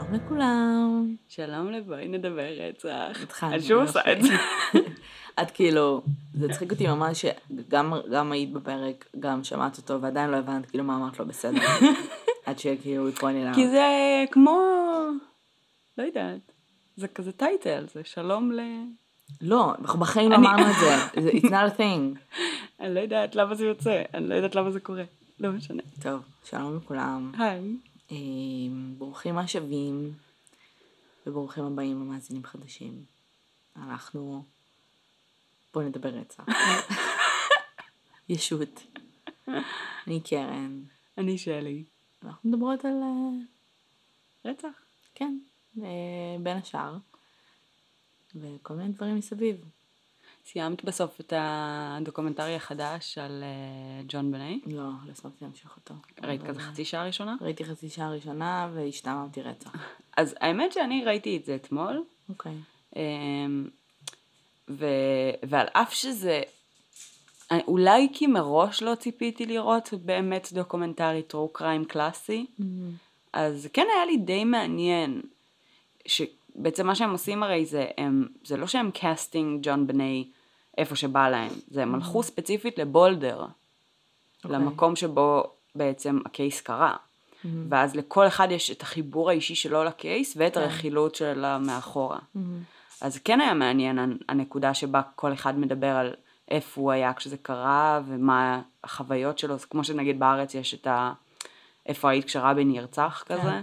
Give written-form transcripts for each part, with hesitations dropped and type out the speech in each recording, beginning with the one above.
לכולם. שלום לבואי נדבר רצח. התחלנו. אני שוב עושה את זה. את כאילו, זה צחיק אותי ממש שגם היית בפרק, גם שמעת אותו, ועדיין לא הבנת כאילו מה אמרת לו בסדר. עד שכאילו הוא פוני לה. כי זה כמו, לא יודעת, זה כזה טייטל, זה שלום ל... לא, אנחנו בחיים לא אמרנו את זה. It's not a thing. אני לא יודעת למה זה יוצא, אני לא יודעת למה זה קורה. לא משנה. טוב, שלום לכולם. היי. ברוכים השבים, וברוכים הבאים למאזינים חדשים. אנחנו... בואו נדבר רצח. ישות. אני קרן. אני שלי. אנחנו מדברות על... רצח. כן, בין השאר. וכל מיני דברים מסביב. סיימת בסוף את הדוקומנטרי החדש על ג'ון בני? לא, לא הספקתי להמשיך אותו. ראית כזה חצי שעה ראשונה? ראיתי חצי שעה ראשונה והשתעממתי רצח. אז האמת שאני ראיתי את זה אתמול. אוקיי. ועל אף שזה, אולי כי מראש לא ציפיתי לראות באמת דוקומנטרי טרו קריים קלאסי, אז כן היה לי די מעניין, שבעצם מה שהם עושים הרי זה לא שהם קאסטינג ג'ון בני איפה שבא להם, זה הם הלכו ספציפית לבולדר, למקום שבו בעצם הקייס קרה, ואז לכל אחד יש את החיבור האישי שלו לקייס, ואת הרכילות שלה מאחורה. אז כן היה מעניין הנקודה שבה כל אחד מדבר על איפה הוא היה כשזה קרה, ומה החוויות שלו, זה כמו שנגיד בארץ יש את איפה היית כשרבין ירצח כזה,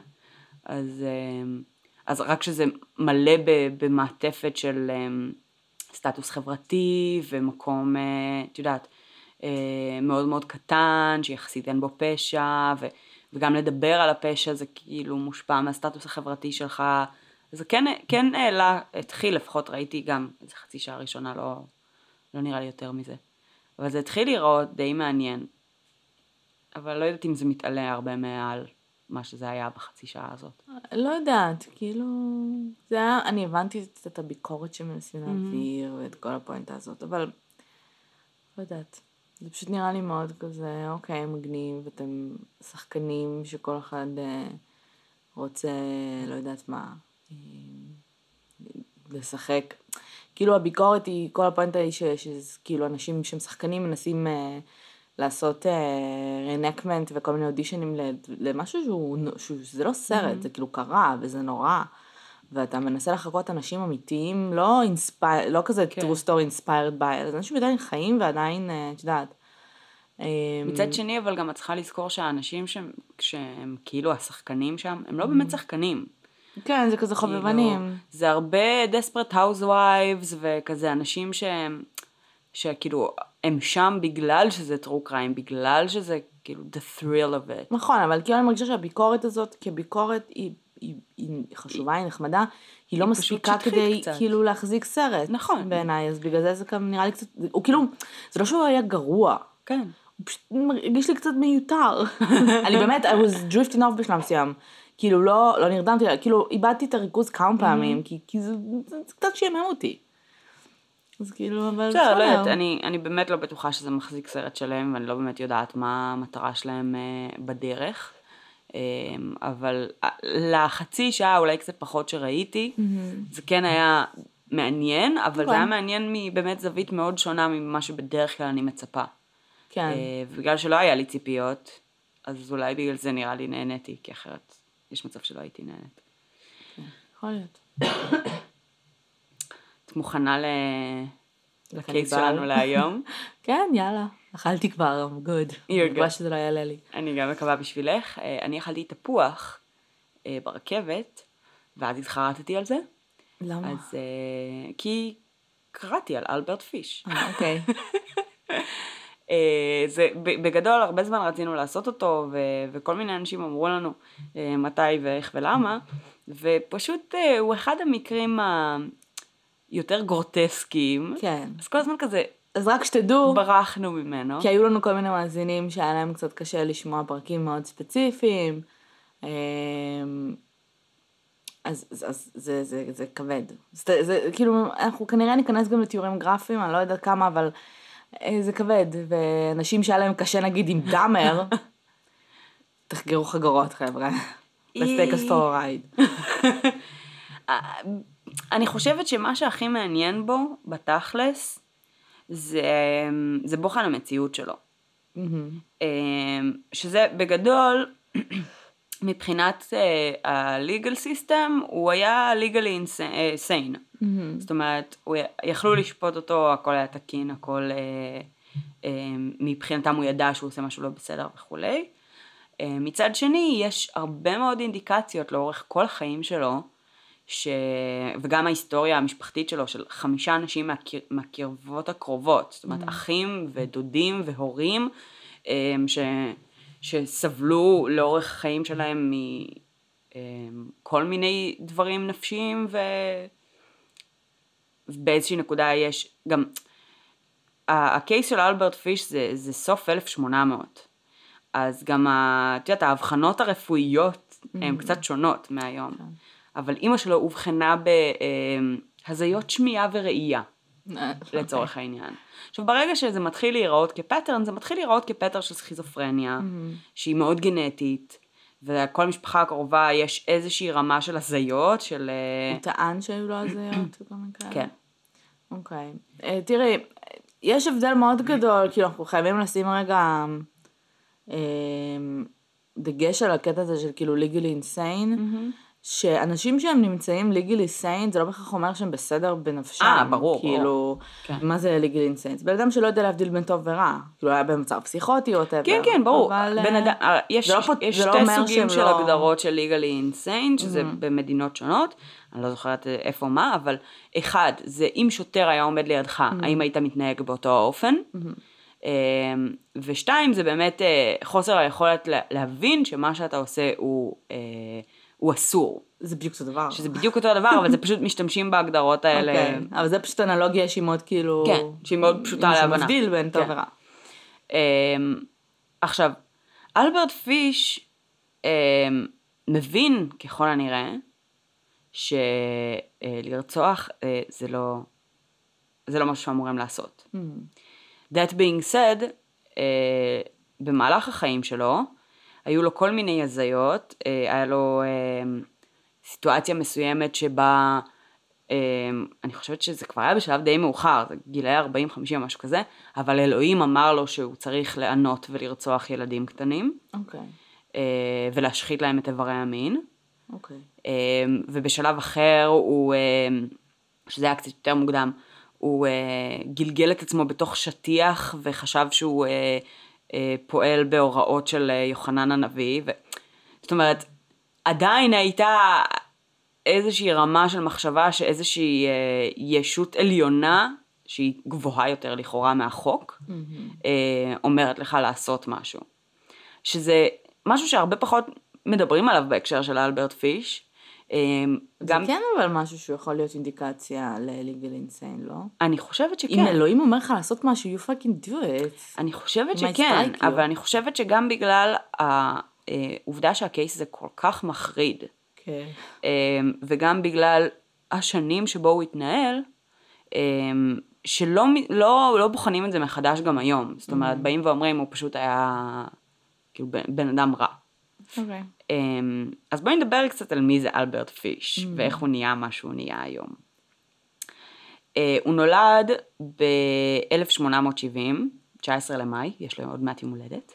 אז רק שזה מלא במעטפת של סטטוס חברתי, ומקום, את יודעת, מאוד מאוד קטן, שיחסית אין בו פשע, וגם לדבר על הפשע זה כאילו מושפע מהסטטוס החברתי שלך, זה כן התחיל, לפחות ראיתי גם איזה חצי שעה ראשונה, לא נראה לי יותר מזה. אבל זה התחיל לראות די מעניין. אבל לא יודעת אם זה מתעלה הרבה מעל מה שזה היה בחצי שעה הזאת. לא יודעת, כאילו, זה היה, אני הבנתי את הביקורת שמנסים להעביר, ואת כל הפואנטה הזאת, אבל לא יודעת. זה פשוט נראה לי מאוד כזה, אוקיי, מגניב, אתם שחקנים שכל אחד רוצה, לא יודעת מה, לשחק. כאילו הביקורת היא, כל הפואנטה היא שכאילו אנשים שהם שחקנים מנסים לעשות רנקמנט וכל מיני אודישנים למשהו שזה לא סרט, זה כאילו קרה וזה נורא, ואתה מנסה לחכות אנשים אמיתיים, לא כזה true story inspired by, אז אנשים עדיין חיים ועדיין, את יודעת. מצד שני, אבל גם את צריכה לזכור שהאנשים שהם כאילו השחקנים שם, הם לא באמת שחקנים. כן, זה כזה חובבנים. זה הרבה desperate housewives וכזה אנשים שכאילו הם שם בגלל שזה true crime, בגלל שזה כאילו the thrill of it. נכון, אבל כאילו אני מרגישה שהביקורת הזאת כביקורת היא חשובה, היא נחמדה, היא לא מספיקה כדי כאילו להחזיק סרט. נכון. בעיניי, אז בגלל זה גם נראה לי קצת, הוא כאילו, זה לא שהוא היה גרוע. כן. הוא פשוט מרגיש לי קצת מיותר. אני באמת, I was drifting off בשלב מסוים. כאילו לא נרדמתי, כאילו איבדתי את הריכוז כמה פעמים, כי זה קצת שימם אותי. אז כאילו, אבל בסדר, לא יודעת, אני באמת לא בטוחה שזה מחזיק סרט שלם, ואני לא באמת יודעת מה המטרה שלהם בדרך, אבל לחצי שעה, אולי קצת פחות שראיתי, זה כן היה מעניין, אבל זה היה מעניין מבאמת זווית מאוד שונה ממה שבדרך כלל אני מצפה. כן. ובגלל שלא היה לי ציפיות, אז אולי בגלל זה נראה לי נהניתי, כי אחרת יש מצב שלא הייתי נהנית. יכול להיות. את מוכנה לקייס שלנו להיום? כן, יאללה. אכלתי כבר, I'm good. אני מקווה שזה לא יעלה לי. אני גם מקווה בשבילך. אני אכלתי תפוח ברכבת, ואז התחרטתי על זה. למה? אז כי קראתי על אלברט פיש. אוקיי. זה בגדול הרבה זמן רצינו לעשות אותו, וכל מיני אנשים אמרו לנו מתי ואיך ולמה, ופשוט הוא אחד המקרים היותר גרוטסקיים. כן. אז כל הזמן כזה, אז רק שתדעו, ברחנו ממנו. כי היו לנו כל מיני מאזינים שהיה להם קצת קשה לשמוע פרקים מאוד ספציפיים, אז זה כבד. זה כאילו, אנחנו כנראה ניכנס גם לתיאורים גרפיים, אני לא יודעת כמה, אבל זה כבד, ואנשים שהיה להם קשה נגיד עם דאמר, תחגרו חגורות חבר'ה. let's take us for a ride. אני חושבת שמה שהכי מעניין בו, בתכלס, זה בוחן המציאות שלו. שזה בגדול, מבחינת ה-legal system, הוא היה legally insane. זאת אומרת, יכלו לשפוט אותו, הכל היה תקין, הכל מבחינתם הוא ידע שהוא עושה משהו לא בסדר וכו'. מצד שני, יש הרבה מאוד אינדיקציות לאורך כל החיים שלו, וגם ההיסטוריה המשפחתית שלו, של 5 אנשים מהקרבות הקרובות, זאת אומרת, אחים ודודים והורים, שסבלו לאורך החיים שלהם מכל מיני דברים נפשיים, ובאיזושהי נקודה יש גם, הקייס של אלברט פיש זה סוף 1800, אז גם ההבחנות הרפואיות הן קצת שונות מהיום, אבל אמא שלו הובחנה בהזיות שמיעה וראייה, לצורך העניין. עכשיו, ברגע שזה מתחיל להיראות כפטרן, זה מתחיל להיראות כפטר של סכיזופרניה, שהיא מאוד גנטית, וכל משפחה הקרובה יש איזושהי רמה של הזיות, של... הוא טען שהיו לו הזיות? כן. אוקיי. תראי, יש הבדל מאוד גדול, כאילו אנחנו חייבים לשים רגע דגש על הקטע הזה של כאילו legally insane, שאנשים שהם נמצאים legally sane, זה לא בכך אומר שהם בסדר בנפשם. ברור. כאילו, מה זה legally insane? זה בן אדם שלא יודע להבדיל בין טוב ורע. כאילו, היה במצב פסיכוטי או טבע. כן, כן, ברור. יש שתי סוגים של הגדרות של legally insane, שזה במדינות שונות. אני לא זוכרת איפה מה, אבל אחד, זה אם שוטר היה עומד לידך, האם היית מתנהג באותו האופן? ושתיים, זה באמת חוסר היכולת להבין שמה שאתה עושה הוא אסור. זה בדיוק אותו דבר. שזה בדיוק אותו דבר, אבל זה פשוט משתמשים בהגדרות האלה. אוקיי, אבל זה פשוט אנלוגיה שהיא מאוד כאילו... כן, שהיא מאוד פשוטה להבנה. שמבדיל בין טוב ורע. עכשיו, אלברט פיש מבין ככל הנראה, שלרצוח זה לא משהו שאמורים לעשות. That being said, במהלך החיים שלו, היו לו כל מיני הזיות, היה לו סיטואציה מסוימת שבה, אני חושבת שזה כבר היה בשלב די מאוחר, זה גילאי 40-50 משהו כזה, אבל אלוהים אמר לו שהוא צריך לענות ולרצוח ילדים קטנים, ולהשחית להם את איברי המין, ובשלב אחר, שזה היה קצת יותר מוקדם, הוא גלגל את עצמו בתוך שטיח וחשב שהוא פועל בהוראות של יוחנן הנביא, זאת אומרת, עדיין הייתה איזושהי רמה של מחשבה שאיזושהי ישות עליונה, שהיא גבוהה יותר לכאורה מהחוק, אומרת לך לעשות משהו. שזה משהו שהרבה פחות מדברים עליו בהקשר של אלברט פיש. זה כן אבל משהו שהוא יכול להיות אינדיקציה ל-legal insane, לא? אני חושבת שכן. אם אלוהים אומר לך לעשות משהו, you fucking do it. אני חושבת שכן, אבל אני חושבת שגם בגלל העובדה שהקייס זה כל כך מחריד, וגם בגלל השנים שבו הוא התנהל, שלא בוחנים את זה מחדש גם היום. זאת אומרת, באים ואומרים, הוא פשוט היה כאילו בן אדם רע. אוקיי. אז בואי נדבר קצת על מי זה אלברט פיש, ואיך הוא נהיה מה שהוא נהיה היום. הוא נולד ב-1870, 19 למאי, יש לו עוד מעט יום הולדת.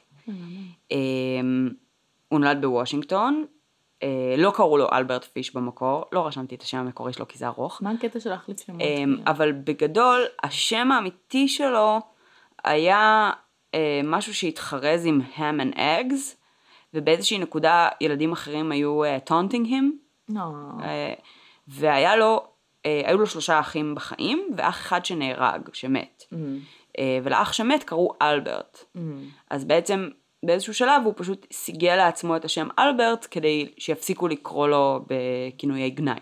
הוא נולד בוושינגטון, לא קראו לו אלברט פיש במקור, לא רשמתי את השם המקורי שלו כי זה ארוך. מה הקטע של להחליף שמות? אבל בגדול, השם האמיתי שלו היה משהו שהתחרז עם ham and eggs, ובאיזושהי נקודה ילדים אחרים היו taunting him, והיו לו 3 אחים בחיים, ואח אחד שנהרג, שמת. ולאח שמת קראו אלברט. אז בעצם באיזשהו שלב הוא פשוט סיגל לעצמו את השם אלברט, כדי שיפסיקו לקרוא לו בכינויי גנאי.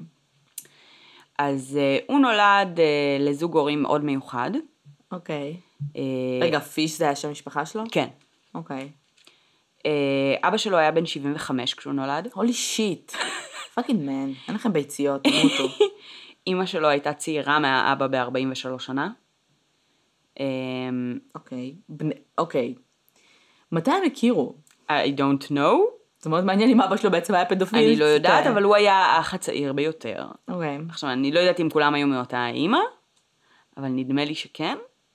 אז הוא נולד לזוג הורים מאוד מיוחד. אוקיי. רגע, פיש זה היה שם משפחה שלו? כן. אוקיי. אבא שלו היה בן 75 כשהוא נולד. הולי שיט. פאקינג מן. אין לכם ביציות, תמותו. אמא שלו הייתה צעירה מהאבא ב-43 שנה. אוקיי. מתי הם הכירו? I don't know. זה מאוד מעניין אם אבא שלו בעצם היה פדופיל. אני לא יודעת, אבל הוא היה האח הצעיר ביותר. אוקיי. עכשיו, אני לא יודעת אם כולם היו מאותה האמא, אבל נדמה לי שכן.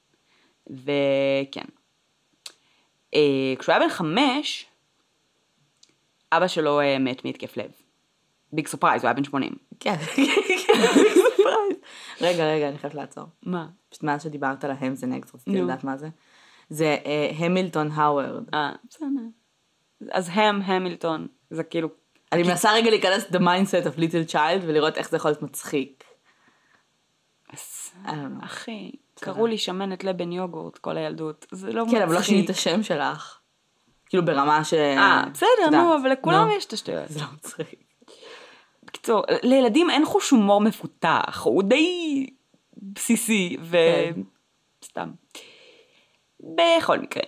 וכן. כשהוא היה בן 5, אבא שלו מת מהתקף לב. ביג סופרייז, הוא היה בן 80. כן, ביג סופרייז. רגע, אני חייבת לעצור. מה? פשוט מאז שדיברת על ההמס and eggs, רציתי לדעת מה זה. זה המילטון האוורד. בסדר. אז המילטון, זה כאילו... אני מנסה רגע להיכנס the mindset of little child ולראות איך זה יכול להיות מצחיק. אחי, קראו לי שמנת לבן יוגורט כל הילדות, זה לא מצחיק. כן, אבל לא שינית השם שלך. כאילו ברמה ש... בסדר, נו, אבל לכולם יש את השטויות. זה לא מצחיק. בקיצור, לילדים אין חוש הומור מפותח, הוא די בסיסי וסתם. בכל מקרה.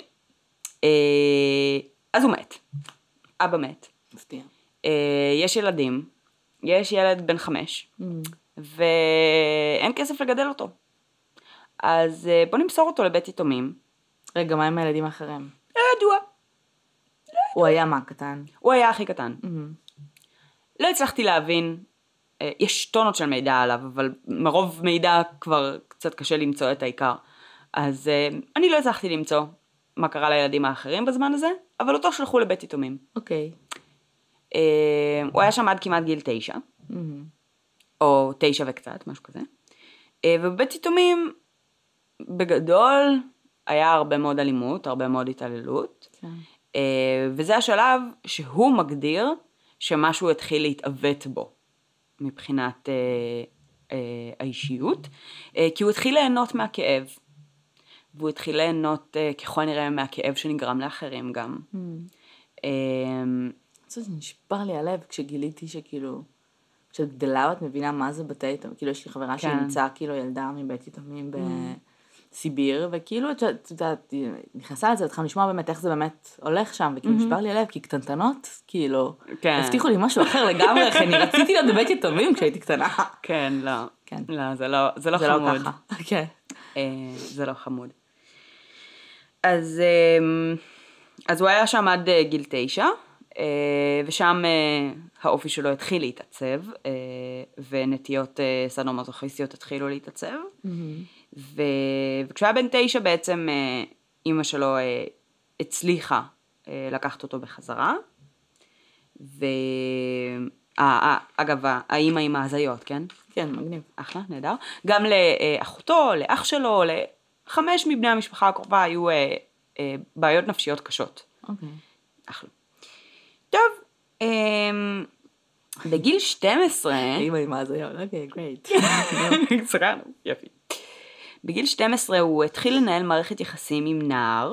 אז הוא מת. אבא מת. מפתיע. יש ילדים, יש ילד בן 5, ואין כסף לגדל אותו. אז בוא נמסור אותו לבית יתומים. רגע, מה עם הילדים האחרים? לא ידוע. הוא היה מה, קטן? הוא היה הכי קטן. לא הצלחתי להבין, יש טונות של מידע עליו, אבל מרוב מידע כבר קצת קשה למצוא את העיקר. אז אני לא הצלחתי למצוא מה קרה לילדים האחרים בזמן הזה, אבל אותו שלחו לבית יתומים. אוקיי. הוא היה שם עד כמעט גיל 9, או 9 וקצת, משהו כזה. ובבית יתומים, בגדול, היה הרבה מאוד אלימות, הרבה מאוד התעללות. כן. וזה השלב שהוא מגדיר שמשהו התחיל להתעוות בו, מבחינת האישיות, כי הוא התחיל ליהנות מהכאב, והוא התחיל ליהנות ככל נראה מהכאב שנגרם לאחרים גם. זה נשבר לי הלב כשגיליתי שכאילו, כשאת גדלה ואת מבינה מה זה בתי יתומים, כאילו יש לי חברה שנמצאה כאילו ילדה מבית יתומים בסיביר, וכאילו את יודעת, נכנסה לזה, התחלנו לשמוע באמת איך זה באמת הולך שם, וכאילו נשבר לי הלב, כי קטנטנות, כאילו, הבטיחו לי משהו אחר לגמרי, כי אני רציתי להיות בבית יתומים כשהייתי קטנה. כן, לא. כן. לא, זה לא חמוד. כן. זה לא חמוד. אז הוא היה שם עד גיל 9, ושם האופי שלו התחיל להתעצב, ונטיות סאדו-מזוכיסטיות התחילו להתעצב, וכשהוא היה בן 9 בעצם אמא שלו הצליחה לקחת אותו בחזרה, אגב, האמא עם ההזיות, כן? כן, מגניב. אחלה, נהדר. גם לאחותו, לאח שלו, ל5 מבני המשפחה הקרובה היו בעיות נפשיות קשות. אוקיי. אחלה. טוב, בגיל 12... אמא עם ההזיות, אוקיי, גרייט. סגרנו, יפי. בגיל 12 הוא התחיל לנהל מערכת יחסים עם נער,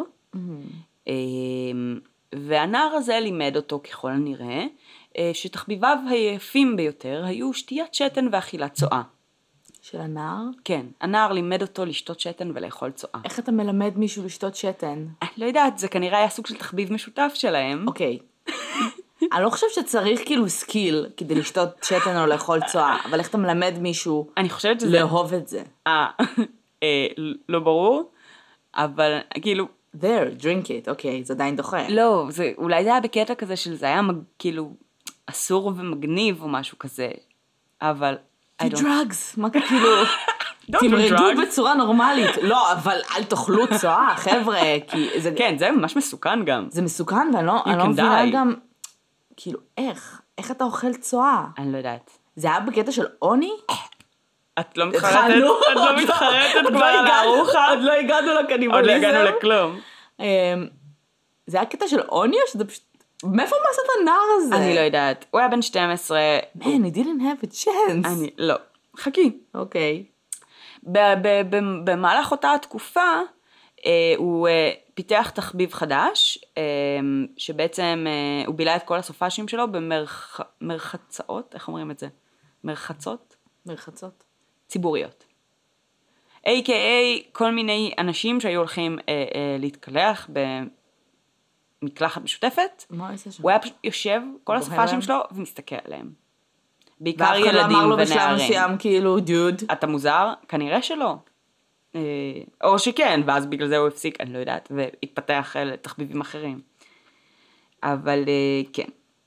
והנער הזה לימד אותו ככל הנראה, שתחביביו היפים ביותר היו שתיית שתן ואכילת צואה. של הנער? כן, הנער לימד אותו לשתות שתן ולאכול צואה. איך אתה מלמד מישהו לשתות שתן? אני לא יודעת, זה כנראה היה סוג של תחביב משותף שלהם. אוקיי. אני לא חושבת שצריך כאילו סקיל כדי לשתות שתן או לאכול צואה, אבל איך אתה מלמד מישהו לאהוב את זה? לא ברור, אבל כאילו... there, drink it, אוקיי, זה עדיין דוחה. לא, אולי זה היה בקטע כזה של זה היה כאילו אסור ומגניב או משהו כזה, אבל... drugs, מה כאילו... תמרדו בצורה נורמלית. לא, אבל אל תאכלו צואה, חבר'ה, כי זה... כן, זה ממש מסוכן גם. זה מסוכן, ואני לא מבינה גם... כאילו, איך אתה אוכל צואה? אני לא יודעת. זה היה בקטע של עוני? את לא מתחרטת כבר על הארוחה? עוד לא הגענו לקניבליזם. עוד לא הגענו לכלום. זה היה קטע של עוני או שזה פשוט... מאיפה מה עשת הנער הזה? אני לא יודעת. הוא היה בן 12. Man, he didn't have a chance. לא. חכי. אוקיי. במהלך אותה התקופה, הוא פיתח תחביב חדש, שבעצם הוא בילה את כל הסופשים שלו במרחצאות, איך אומרים את זה? מרחצות? מרחצות. ציבוריות. A.K.A. כל מיני אנשים שהיו הולכים להתקלח במקלחת משותפת. מה עושה שם? הוא היה פשוט יושב, כל הסופשים שלו, ומסתכל עליהם. בעיקר ילדים ואף אחד לא אמר לו בשלב ונערים. מסוים כאילו, דוד. אתה מוזר? כנראה שלא. או שכן, ואז בגלל זה הוא הפסיק, אני לא יודעת, והתפתח לתחביבים אחרים. אבל כן.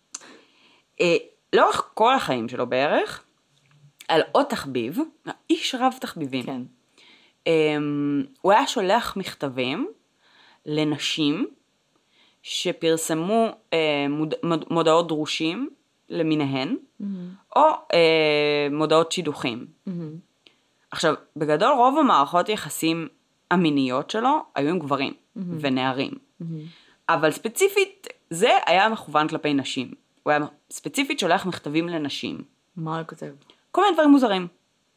לאורך כל החיים שלו בערך, על עוד תחביב, איש רב תחביבים. כן. הוא היה שולח מכתבים לנשים שפרסמו מודעות דרושים למיניהן, או מודעות שידוכים. עכשיו, בגדול רוב המערכות יחסים המיניות שלו היו עם גברים ונערים. אבל ספציפית זה היה מכוון כלפי נשים. הוא היה ספציפית שולח מכתבים לנשים. מה הוא כותב? כל מיני דברים מוזרים.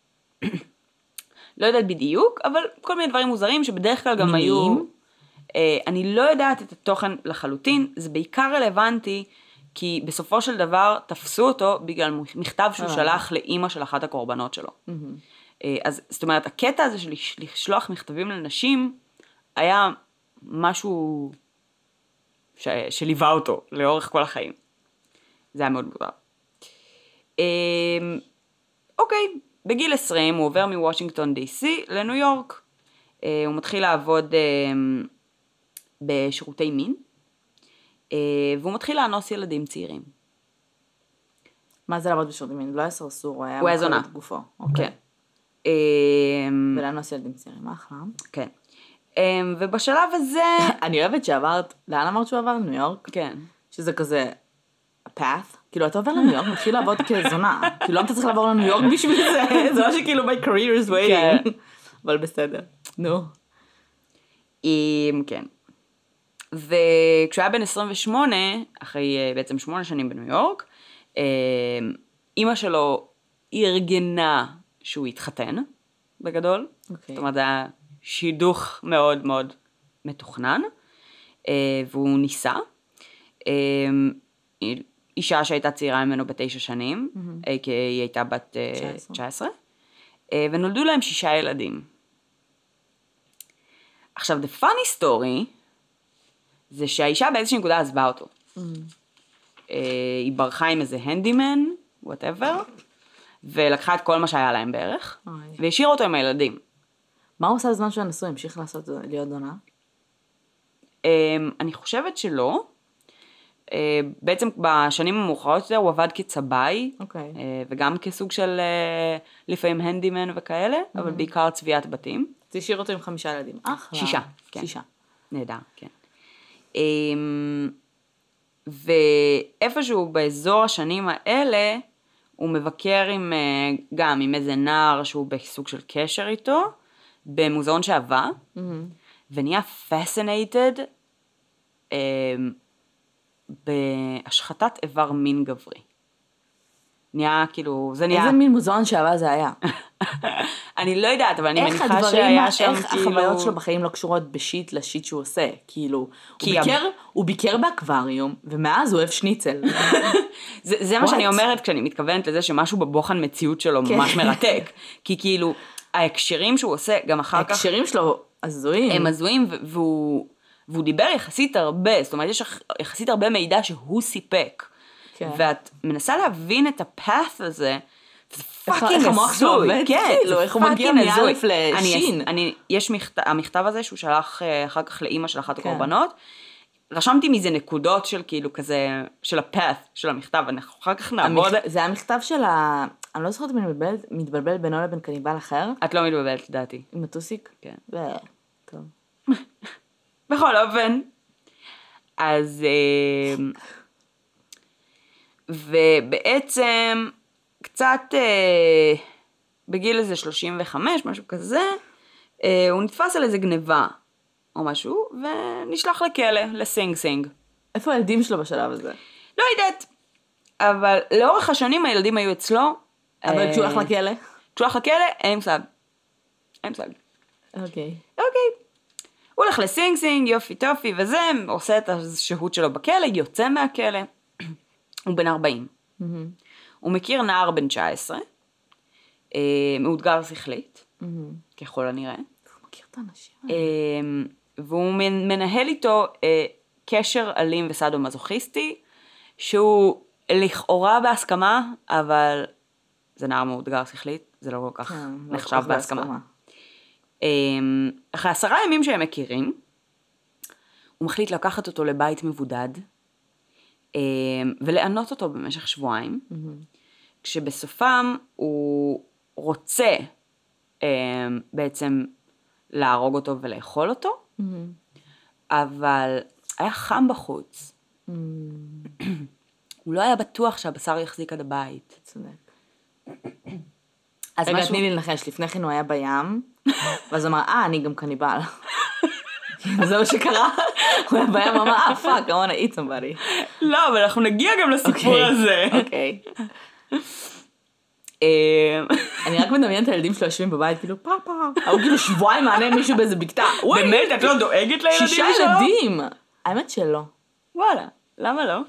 לא יודעת בדיוק, אבל כל מיני דברים מוזרים שבדרך כלל גם היו... אני לא יודעת את התוכן לחלוטין, זה בעיקר רלוונטי, כי בסופו של דבר תפסו אותו בגלל מכתב שהוא שלח לאמא של אחת הקורבנות שלו. אז זאת אומרת, הקטע הזה של לשלוח מכתבים לנשים, היה משהו שליווה אותו לאורך כל החיים. זה היה מאוד מוזר. אוקיי, בגיל 20 הוא עובר מוושינגטון די.סי לניו יורק. הוא מתחיל לעבוד בשירותי מין, והוא מתחיל לאנוס ילדים צעירים. מה זה לעבוד בשירותי מין? לא היה סרסור, הוא היה זונה. גופו. כן. ולאנוס ילדים צעירים, אחלה. כן. ובשלב הזה... אני אוהבת שעברת, לאן אמרת שהוא עבר? ניו יורק? כן. שזה כזה... path, כאילו אתה עובר לניו יורק, מתחיל לעבוד כזונה, כאילו לא אתה צריך לעבור לניו יורק בשביל זה, זה מה שכאילו my career is waiting, אבל בסדר, נו. כן. וכשהוא היה בן 28, אחרי בעצם 8 שנים בניו יורק, אמא שלו ארגנה שהוא התחתן, בגדול, זאת אומרת זה היה שידוך מאוד מאוד מתוכנן, והוא ניסה, אישה שהייתה צעירה ממנו ב9 שנים, כי היא הייתה בת 19, ונולדו להם 6 ילדים. עכשיו, the funny story, זה שהאישה באיזושהי נקודה עזבה אותו. היא ברחה עם איזה הנדימן, whatever, ולקחה את כל מה שהיה להם בערך, והשאירה אותו עם הילדים. מה הוא עושה בזמן שהוא נשוי? המשיך להיות זונה? אני חושבת שלא. בעצם בשנים המאוחרות יותר הוא עבד כצבאי, וגם כסוג של לפעמים הנדימן וכאלה, אבל בעיקר צביעת בתים. זה השאיר אותו עם 5 ילדים. אחלה. 6, כן. 6. נהדר, כן. ואיפשהו באזור השנים האלה, הוא מבקר גם עם איזה נער שהוא בסוג של קשר איתו, במוזיאון שעבה, ונהיה fascinated בהשחתת איבר מין גברי. נהיה כאילו, זה נהיה... איזה מין מוזיאון שעבה זה היה? אני לא יודעת, אבל אני מניחה שהיה שם איך כאילו... החוויות שלו בחיים לא קשורות בשיט לשיט שהוא עושה, כאילו, הוא ביקר באקווריום, ומאז הוא אוהב שניצל. זה מה שאני אומרת כשאני מתכוונת לזה שמשהו בבוחן מציאות שלו ממש מרתק, כי כאילו, ההקשרים שהוא עושה גם אחר כך... ההקשרים שלו הזויים. הם הזויים, והוא דיבר יחסית הרבה, זאת אומרת, יש יחסית הרבה מידע שהוא סיפק, ואת מנסה להבין את הפאת' הזה, זה פאקינג הזוי, כן, איך הוא מגיע מאלף לשין. יש המכתב הזה שהוא שלח אחר כך לאמא של אחת הקורבנות, רשמתי מזה נקודות של כאילו כזה, של הפאת' של המכתב, אנחנו אחר כך נעבוד. זה המכתב של אני לא זוכרת אם אני מתבלבלת בינו לבין קניבל אחר. את לא מתבלבלת, לדעתי. עם הטוסיק? כן. טוב. בכל אופן. אז... ובעצם קצת בגיל איזה 35, משהו כזה, הוא נתפס על איזה גניבה או משהו, ונשלח לכלא, לסינג סינג. איפה הילדים שלו בשלב הזה? לא יודעת, אבל לאורך השנים הילדים היו אצלו. אבל כשהוא הולך לכלא? כשהוא הולך לכלא, אין מושג. אין מושג. אוקיי. הוא הולך לסינג סינג, יופי טופי וזה, עושה את השהות שלו בכלא, יוצא מהכלא. הוא בן 40. הוא מכיר נער בן 19, מאותגר שכלית, ככל הנראה. הוא מכיר את האנשים. והוא מנהל איתו קשר אלים וסאדו-מזוכיסטי, שהוא לכאורה בהסכמה, אבל זה נער מאותגר שכלית, זה לא כל כך נחשב בהסכמה. אחרי 10 ימים שהם מכירים, הוא מחליט לקחת אותו לבית מבודד, ולענות אותו במשך שבועיים, כשבסופם הוא רוצה בעצם להרוג אותו ולאכול אותו, אבל היה חם בחוץ. הוא לא היה בטוח שהבשר יחזיק עד הבית. צודק. אז רגע, תני לי לנחש, לפני כן הוא היה בים, ואז הוא אמר, אני גם קניבל. זה מה שקרה, הוא היה בים, הוא אמר, fuck, I want to eat somebody. לא, אבל אנחנו נגיע גם לסיפור הזה. אוקיי. אני רק מדמיינת הילדים שלו יושבים בבית, כאילו, פאפה, הוא כאילו שבועיים מענה מישהו באיזה בקתה. באמת, את לא דואגת לילדים שלו? 6 ילדים. האמת שלא. וואלה, למה לא?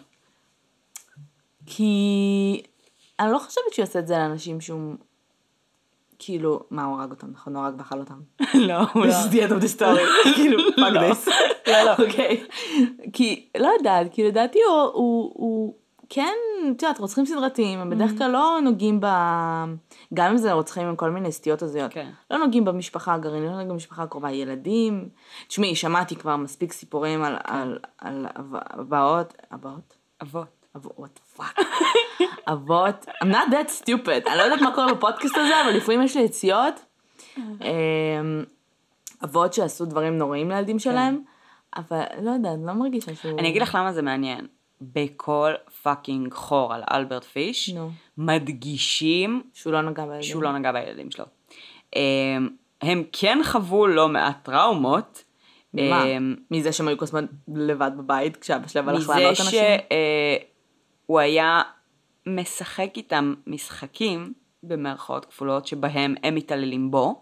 כי אני לא חושבת שהוא יעשה את זה לאנשים שהוא, כאילו, מה, הוא הרג אותם, נכון? הוא הרג ואכל אותם. לא, הוא לא. This is the end of the story. כאילו, fuck this. לא. אוקיי. כי, לא יודעת, כי לדעתי הוא כן, תראה, רוצחים סדרתיים, הם בדרך כלל לא נוגעים גם אם זה רוצחים עם כל מיני סטיות הזויות, לא נוגעים במשפחה הגרעינית, לא נוגעים במשפחה הקרובה, ילדים. תשמעי, שמעתי כבר מספיק סיפורים על אבות. what the fuck. אבות, I'm not that stupid, אני לא יודעת מה קורה בפודקאסט הזה, אבל לפעמים יש לי יציאות, אבות שעשו דברים נוראים לילדים שלהם, אבל לא יודעת, לא מרגישה שהוא... אני אגיד לך למה זה מעניין. בכל פאקינג חור על אלברט פיש, מדגישים שהוא לא נגע בילדים שלו. הם כן חוו לא מעט טראומות. מה? מזה שהם היו כל הזמן לבד בבית, כשאבא שלהם הלך לעלות אנשים? מזה שהוא היה משחק איתם משחקים, במרכאות כפולות, שבהם הם מתעללים בו.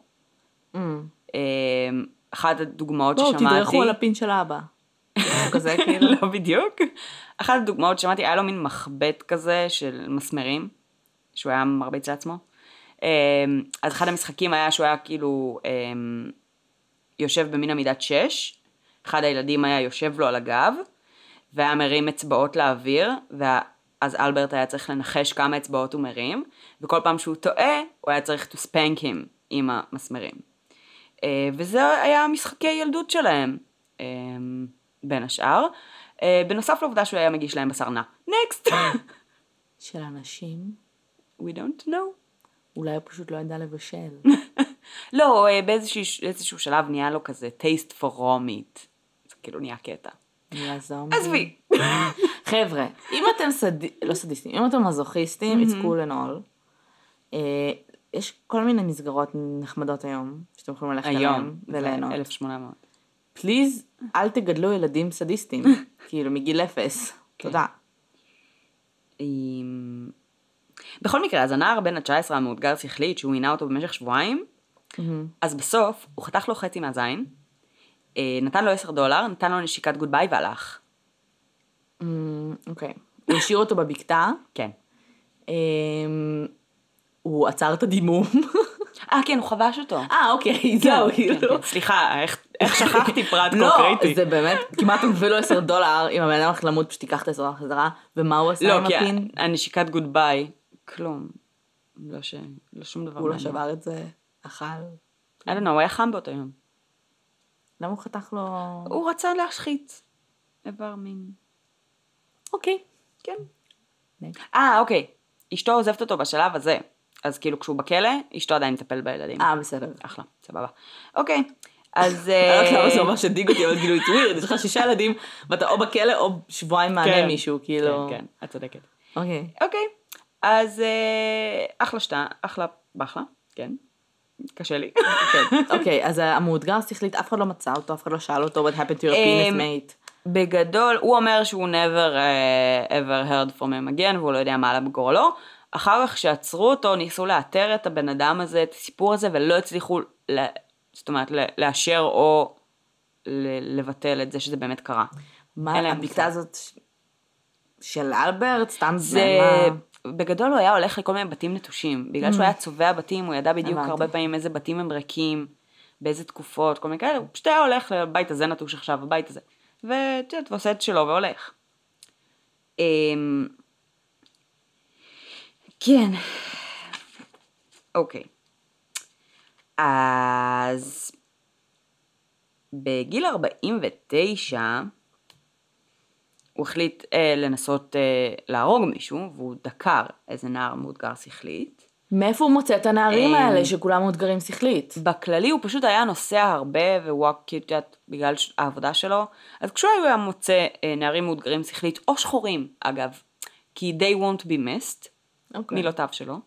אחת הדוגמאות ששמעתי... תדרכו על הפין של האבא. כזה כאילו. לא בדיוק. אחת הדוגמאות ששמעתי, היה לו מין מחבט כזה של מסמרים, שהוא היה מרביץ לעצמו. אז אחד המשחקים היה שהוא היה כאילו יושב במין עמידת 6, אחד הילדים היה יושב לו על הגב, והיה מרים אצבעות לאוויר, ואז אלברט היה צריך לנחש כמה אצבעות הוא מרים, וכל פעם שהוא טועה, הוא היה צריך to spank him עם המסמרים. וזה היה משחקי ילדות שלהם. בין השאר, בנוסף לעובדה שהוא היה מגיש להם בשר נע. נקסט! של אנשים? We don't know. אולי הוא פשוט לא ידע לבשל. לא, באיזשהו שלב נהיה לו כזה taste for raw meat. זה כאילו נהיה קטע. נהיה זומבי. עזבי. חבר'ה, אם אתם לא סדיסטים, אם אתם מזוכיסטים, it's cool and all. יש כל מיני מסגרות נחמדות היום, שאתם יכולים ללכת עליהם וליהנות. 1800. פליז, אל תגדלו ילדים סדיסטים, כאילו מגיל 0. תודה. בכל מקרה, אז הנער בן ה-19 המאותגר שכלית, שהוא עינה אותו במשך שבועיים, אז בסוף הוא חתך לו חצי מהזין, נתן לו $10, נתן לו נשיקת גודביי והלך. אוקיי. הוא השאיר אותו בבקתה. כן. הוא עצר את הדימום. כן, הוא חבש אותו. אוקיי, זהו, כאילו. סליחה, איך שכחתי פרט קונקריטי? לא, זה באמת, כמעט הוא מביא לו $10, אם הבן אדם הולך למות, פשוט תיקח את $10 חזרה, ומה הוא עשה עם הפין? לא, כי הנשיקת גודביי, כלום. לא שום דבר. הוא לא שבר את זה, אכל. I don't know, הוא היה חם באותו יום. למה הוא חתך לו? הוא רצה להשחית. איבר מין. אוקיי. כן. אוקיי. אשתו עוזבת אותו בשלב הזה. אז כאילו כשהוא בכלא, אשתו עדיין מטפל בילדים. בסדר. אחלה, סבבה. אוקיי, אז... אני לא יודעת למה זה ממש הדאיג אותי, אבל כאילו, it's weird, יש לך 6 ילדים, ואתה או בכלא או שבועיים מענה מישהו, כאילו... כן, את צודקת. אוקיי. אז אחלה בחלה, כן. קשה לי. אוקיי, אז המאותגר שכלית, אף אחד לא מצא אותו, אף אחד לא שאל אותו, what happened to your penis mate? בגדול, הוא אומר שהוא never ever heard from him again, והוא לא יודע מה עלה בגורלו. אחר כך שעצרו אותו, ניסו לאתר את הבן אדם הזה, את הסיפור הזה, ולא הצליחו, זאת אומרת, לאשר או לבטל את זה שזה באמת קרה. מה, הבקתה הזאת של אלברט? סתם בגדול הוא היה הולך לכל מיני בתים נטושים. בגלל שהוא היה צובע בתים, הוא ידע בדיוק הרבה פעמים איזה בתים הם ריקים, באיזה תקופות, כל מיני כאלה. הוא פשוט היה הולך לבית הזה נטוש עכשיו, הבית הזה. ועושה את שלו והולך. כן. אוקיי. אז בגיל 49 הוא החליט לנסות להרוג מישהו, והוא דקר איזה נער מאותגר שכלית. מאיפה הוא מוצא את הנערים האלה שכולם מאותגרים שכלית? בכללי הוא פשוט היה נוסע הרבה, והוא בגלל העבודה שלו, אז כשהוא היה מוצא נערים מאותגרים שכלית, או שחורים, אגב, כי they won't be missed, מילותיו שלו,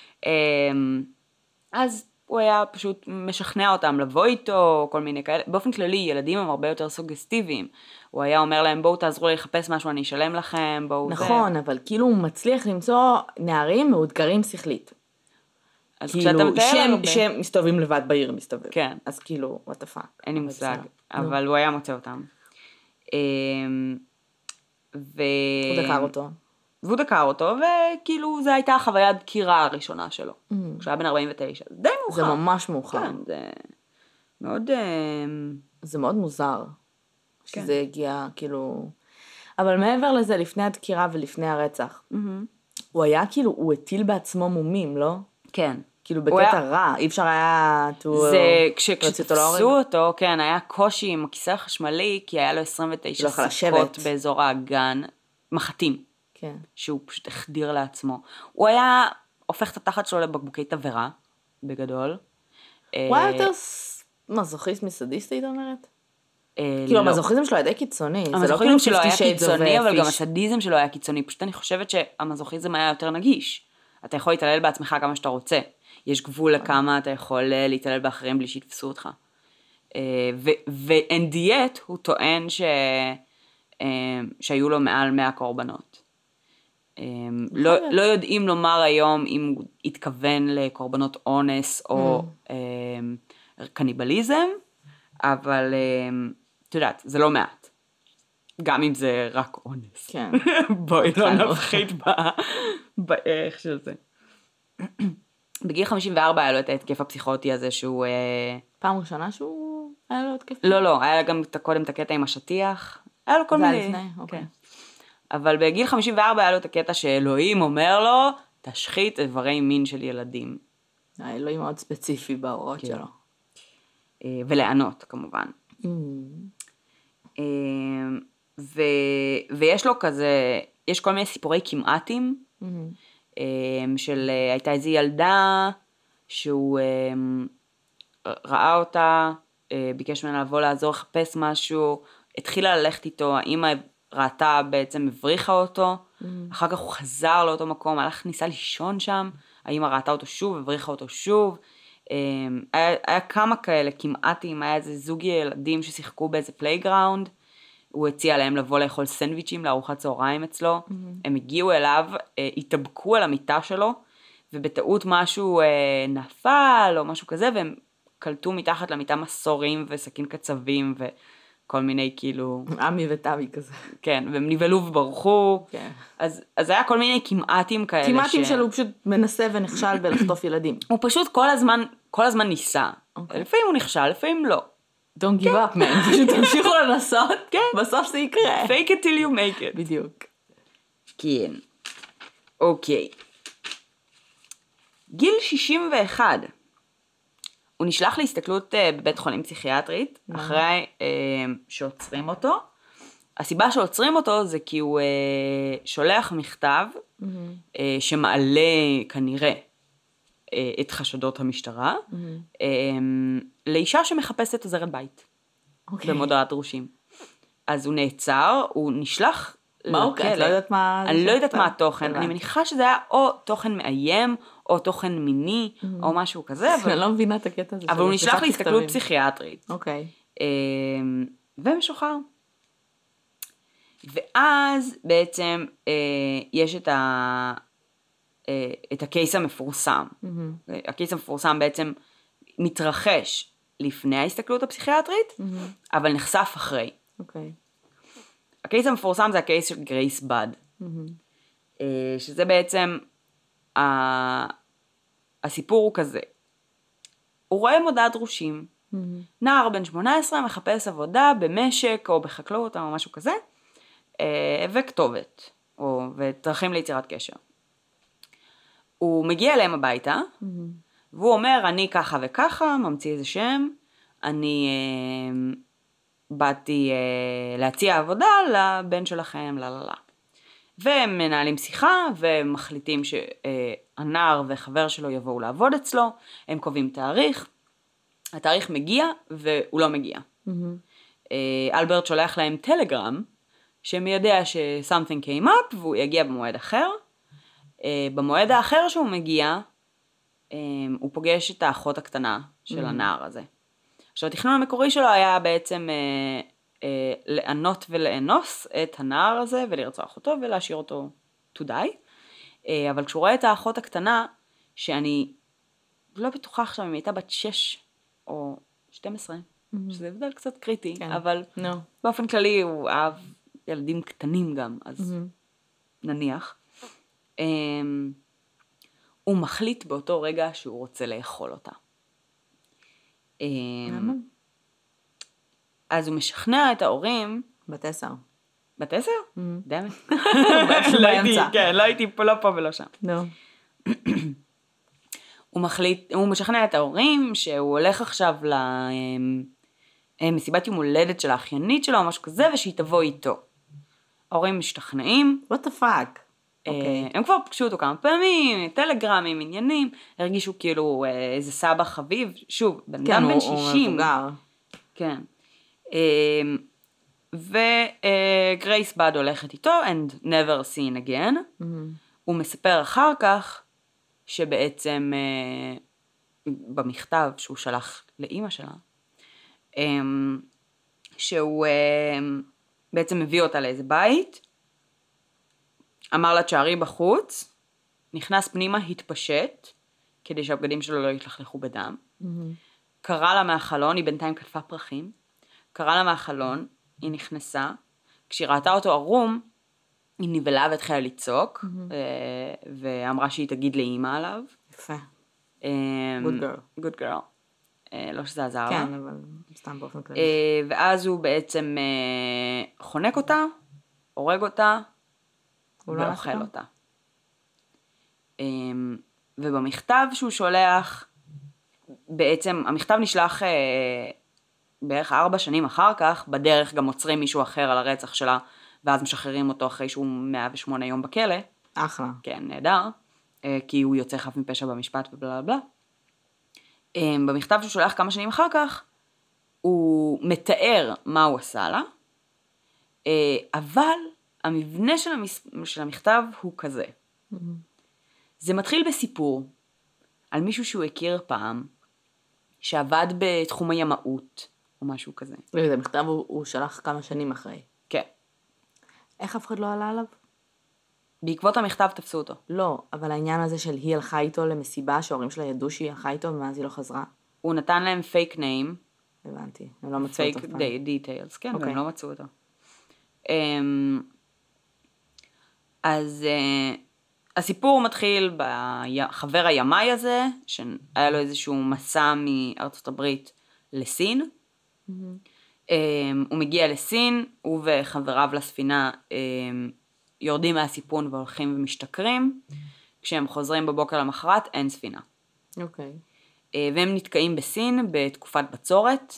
אז הוא היה פשוט משכנע אותם לבוא איתו, כל מיני כאלה. באופן כללי, ילדים הם הרבה יותר סוגסטיביים. הוא היה אומר להם, בואו תעזרו לי לחפש משהו, אני אשלם לכם, בואו נכון, אבל כאילו הוא מצליח למצוא נערים מאותגרים שכלית. אז כשאתה מתאר הרבה... שהם מסתובבים לבד בעיר, מסתובב. כן. אז כאילו, what the fuck. אין לי מושג, אבל הוא היה מוצא אותם. הוא דקר אותו. והוא דקר אותו, וכאילו זו הייתה החוויה הדקירה הראשונה שלו. כשהיה בן 49. זה די מאוחר. זה ממש מאוחר. כן, זה מאוד... זה מאוד מוזר. שזה הגיע, כאילו... אבל מעבר לזה, לפני הדקירה ולפני הרצח, הוא היה כאילו, הוא הטיל בעצמו מומים, לא? כן. כאילו בקטע רע, אי אפשר היה... זה, כשתפסו אותו, כן, היה קושי עם הכיסא החשמלי, כי היה לו 29 סיכות באזור האגן, מחטים. כן. שהוא פשוט החדיר לעצמו. הוא היה הופך את התחת שלו לבקבוקי תברה, בגדול. הוא היה יותר מזוכיסט מסדיסט, היית אומרת? כאילו המזוכיזם שלו היה די קיצוני. המזוכיזם שלו היה קיצוני, אבל גם הסדיזם שלו היה קיצוני. פשוט אני חושבת שהמזוכיזם היה יותר נגיש. אתה יכול להתעלל בעצמך כמה שאתה רוצה. יש גבול לכמה אתה יכול להתעלל באחרים בלי שיתפסו אותך. and yet הוא טוען שהיו לו מעל 100 קורבנות. לא יודעים לומר היום אם הוא התכוון לקורבנות אונס או קניבליזם, אבל את יודעת, זה לא מעט. גם אם זה רק אונס. כן. בואי לא נפחית בערך של זה. בגיל 54 היה לו את ההתקף הפסיכוטי הזה שהוא... פעם ראשונה שהוא היה לו התקף? לא, היה גם קודם את הקטע עם השטיח. היה לו כל מיני... זה היה לפני, אוקיי. אבל בגיל 54 היה לו את הקטע שאלוהים אומר לו, תשחית איברי מין של ילדים. האלוהים מאוד ספציפי בהוראות שלו. ולענות, כמובן. ויש לו כזה, יש כל מיני סיפורי כמעטים, של הייתה איזו ילדה, שהוא ראה אותה, ביקש ממנה לבוא לעזור, לחפש משהו, התחילה ללכת איתו, האמא ראתה בעצם הבריחה אותו, אחר כך הוא חזר לאותו מקום, הלך ניסה לישון שם, האמא ראתה אותו שוב, הבריחה אותו שוב, היה כמה כאלה כמעטים, היה איזה זוג ילדים ששיחקו באיזה פלייגראונד, הוא הציע להם לבוא לאכול סנדוויצ'ים לארוחת צהריים אצלו, הם הגיעו אליו, התאבקו על המיטה שלו, ובטעות משהו נפל או משהו כזה, והם קלטו מתחת למיטה מסורים וסכין קצבים וכל מיני כאילו... עמי וטבי כזה. כן, והם נבלו וברחו, כן. אז היה כל מיני כמעטים כאלה. כמעטים שלו הוא פשוט מנסה ונכשל בלחטוף ילדים. הוא פשוט כל הזמן ניסה. לפעמים הוא נכשל, לפעמים לא. Don't give up, man. פשוט תמשיכו לנסות, בסוף זה יקרה. Fake it till you make it. בדיוק. כן. אוקיי. גיל 61. הוא נשלח להסתכלות בבית חולים פסיכיאטרית, אחרי שעוצרים אותו. הסיבה שעוצרים אותו זה כי הוא שולח מכתב, שמעלה כנראה את חשדות המשטרה, לאישה שמחפשת עוזרת בית, במודעת דרושים. אז הוא נעצר, הוא נשלח לכלא. את לא יודעת מה... אני לא יודעת מה התוכן, אני מניחה שזה היה או תוכן מאיים, או תוכן מיני, או משהו כזה. אני לא מבינה את הקטע הזה. אבל הוא נשלח להסתכלות פסיכיאטרית. אוקיי. ומשוחרר. ואז בעצם יש את הקייס המפורסם. הקייס המפורסם בעצם מתרחש לפני ההסתכלות הפסיכיאטרית, אבל נחשף אחרי. אוקיי. הקייס המפורסם זה הקייס של גרייס בד. שזה בעצם, הסיפור הוא כזה. הוא רואה מודעת דרושים. נער בן 18 מחפש עבודה במשק או בחקלאות או משהו כזה, וכתובת, ודרכים ליצירת קשר. הוא מגיע אליהם הביתה, והוא אומר, אני ככה וככה, ממציא איזה שם, אני באתי להציע עבודה לבן שלכם, והם מנהלים שיחה, ומחליטים שהנער וחבר שלו יבואו לעבוד אצלו, הם קובעים תאריך, התאריך מגיע והוא לא מגיע. אלברט שולח להם טלגרם, שמיידע ש-something came up, והוא יגיע במועד אחר. במועד האחר שהוא מגיע, הוא פוגש את האחות הקטנה של הנער הזה. עכשיו, התכנון המקורי שלו היה בעצם לענות ולאנוס את הנער הזה, ולרצוח אותו ולהשאיר אותו to die. אבל כשהוא רואה את האחות הקטנה, שאני לא בטוחה עכשיו אם הייתה בת 6 או 12, שזה הבדל קצת קריטי, כן. אבל באופן כללי הוא אהב ילדים קטנים גם, אז נניח. הוא מחליט באותו רגע שהוא רוצה לאכול אותה. אז הוא משכנע את ההורים. בת 10. בת 10? דמת. לא הייתי לא פה ולא שם. הוא משכנע את ההורים שהוא הולך עכשיו למסיבת יום הולדת של האחיינית שלו או משהו כזה, ושהיא תבוא איתו. ההורים משתכנעים. What the fuck? הם כבר פגשו אותו כמה פעמים, טלגרמים, עניינים, הרגישו כאילו איזה סבא חביב, שוב, בן אדם בן 60. הוא מבוגר. כן. וגרייס בד הולכת איתו, and never seen again. הוא מספר אחר כך, שבעצם במכתב שהוא שלח לאמא שלה, שהוא בעצם מביא אותה לאיזה בית, אמר לה תשארי בחוץ, נכנס פנימה, התפשט, כדי שהבגדים שלו לא יתלכלכו בדם. קרא לה מהחלון, היא בינתיים כתפה פרחים, קרא לה מהחלון, היא נכנסה, כשהיא ראתה אותו ערום, היא נבלה והתחילה לצעוק, ואמרה שהיא תגיד לאמא עליו. יפה. Good girl. Good girl. לא שזה עזר לה. כן, אבל סתם באופן כללי. ואז הוא בעצם חונק אותה, הורג אותה, ואוכל אותה. ובמכתב שהוא שולח, בעצם המכתב נשלח בערך 4 שנים אחר כך, בדרך גם עוצרים מישהו אחר על הרצח שלה, ואז משחררים אותו אחרי שהוא 108 יום בכלא. אחלה. כן, נהדר, כי הוא יוצא חף מפשע במשפט ובלה בלה. במכתב שהוא שולח כמה שנים אחר כך, הוא מתאר מה הוא עשה לה, אבל המבנה של המכתב הוא כזה. זה מתחיל בסיפור על מישהו שהוא הכיר פעם, שעבד בתחום הימאות, או משהו כזה. זה מכתב הוא שלח כמה שנים אחרי. כן. איך אף אחד לא עלה עליו? בעקבות המכתב תפסו אותו. לא, אבל העניין הזה של היא הלכה איתו למסיבה, שההורים שלה ידעו שהיא הלכה איתו, ומאז היא לא חזרה. הוא נתן להם פייק ניים. הבנתי, הם לא מצאו אותו. פייק דיטיילס, כן, והם לא מצאו אותו. אז הסיפור מתחיל בחבר הימאי הזה, שהיה לו איזשהו מסע מארצות הברית לסין. הוא מגיע לסין, הוא וחבריו לספינה יורדים מהסיפון והולכים ומשתכרים. כשהם חוזרים בבוקר למחרת, אין ספינה. אוקיי. והם נתקעים בסין בתקופת בצורת,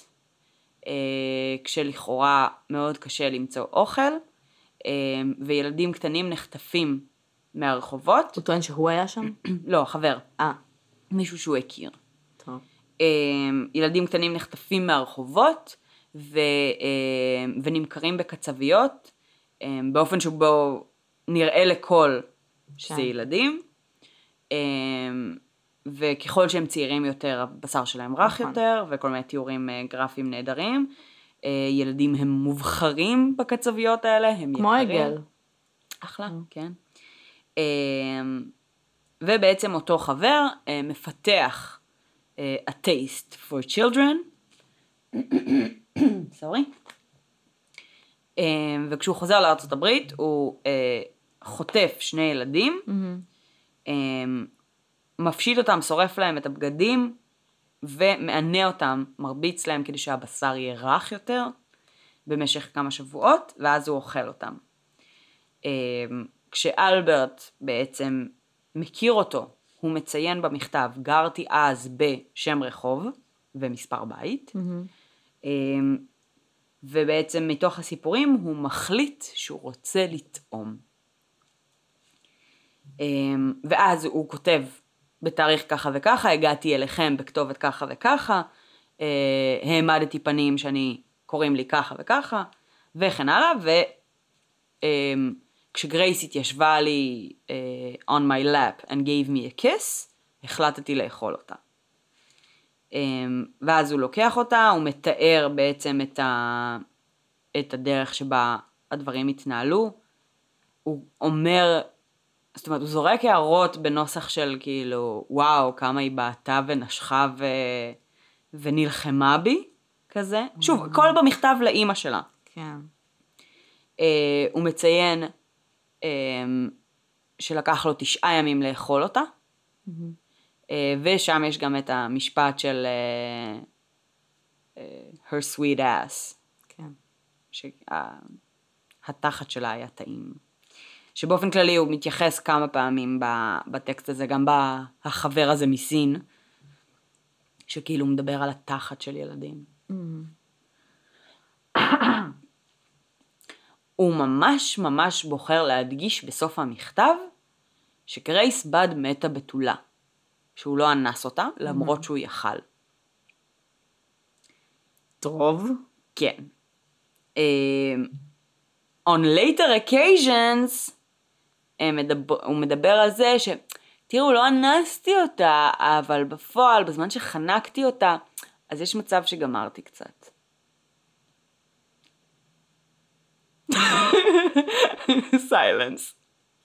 כשלכאורה מאוד קשה למצוא אוכל, וילדים קטנים נחטפים מהרחובות. הוא טוען שהוא היה שם? לא, חבר. מישהו שהוא הכיר. טוב. ילדים קטנים נחטפים מהרחובות, ונמכרים בקצביות, באופן שבו נראה לכל שזה ילדים, וככל שהם צעירים יותר, הבשר שלהם רך יותר, וכל מיני תיאורים גרפיים נהדרים. ילדים הם מובחרים בקצביות האלה, הם יקרים. כמו עגל. אחלה, כן. ובעצם אותו חבר מפתח a taste for children, וכשהוא חוזר לארצות הברית, הוא חוטף 2 ילדים, מפשיט אותם, שורף להם את הבגדים, ומענה אותם, מרביץ להם כדי שהבשר יהיה רך יותר, במשך כמה שבועות, ואז הוא אוכל אותם. כשאלברט בעצם מכיר אותו, הוא מציין במכתב, גרתי אז בשם רחוב, ומספר בית, ובעצם מתוך הסיפורים הוא מחליט שהוא רוצה לטעום. ואז הוא כותב בתאריך ככה וככה, הגעתי אליכם בכתובת ככה וככה, העמדתי פנים שאני קוראים לי ככה וככה, וכן הלאה, כשגרייס התיישבה לי on my lap and gave me a kiss, החלטתי לאכול אותה. ואז הוא לוקח אותה, הוא מתאר בעצם את הדרך שבה הדברים התנהלו, הוא אומר, זאת אומרת, הוא זורק הערות בנוסח של כאילו, וואו, כמה היא בעטה ונשכה ונלחמה בי, כזה. שוב, הכל במכתב לאמא שלה. כן. הוא מציין שלקח לו 9 ימים לאכול אותה, ושם יש גם את המשפט של her sweet ass. כן. שהתחת שלה היה טעים. שבאופן כללי הוא מתייחס כמה פעמים בטקסט הזה, גם בחבר הזה מסין, שכאילו מדבר על התחת של ילדים. הוא ממש ממש בוחר להדגיש בסוף המכתב, שגרייס בד מתה בתולה, שהוא לא אנס אותה, למרות שהוא יכל. טוב. כן. On later occasions, הוא מדבר על זה תראו, לא אנסתי אותה, אבל בפועל, בזמן שחנקתי אותה, אז יש מצב שגמרתי קצת. Silence.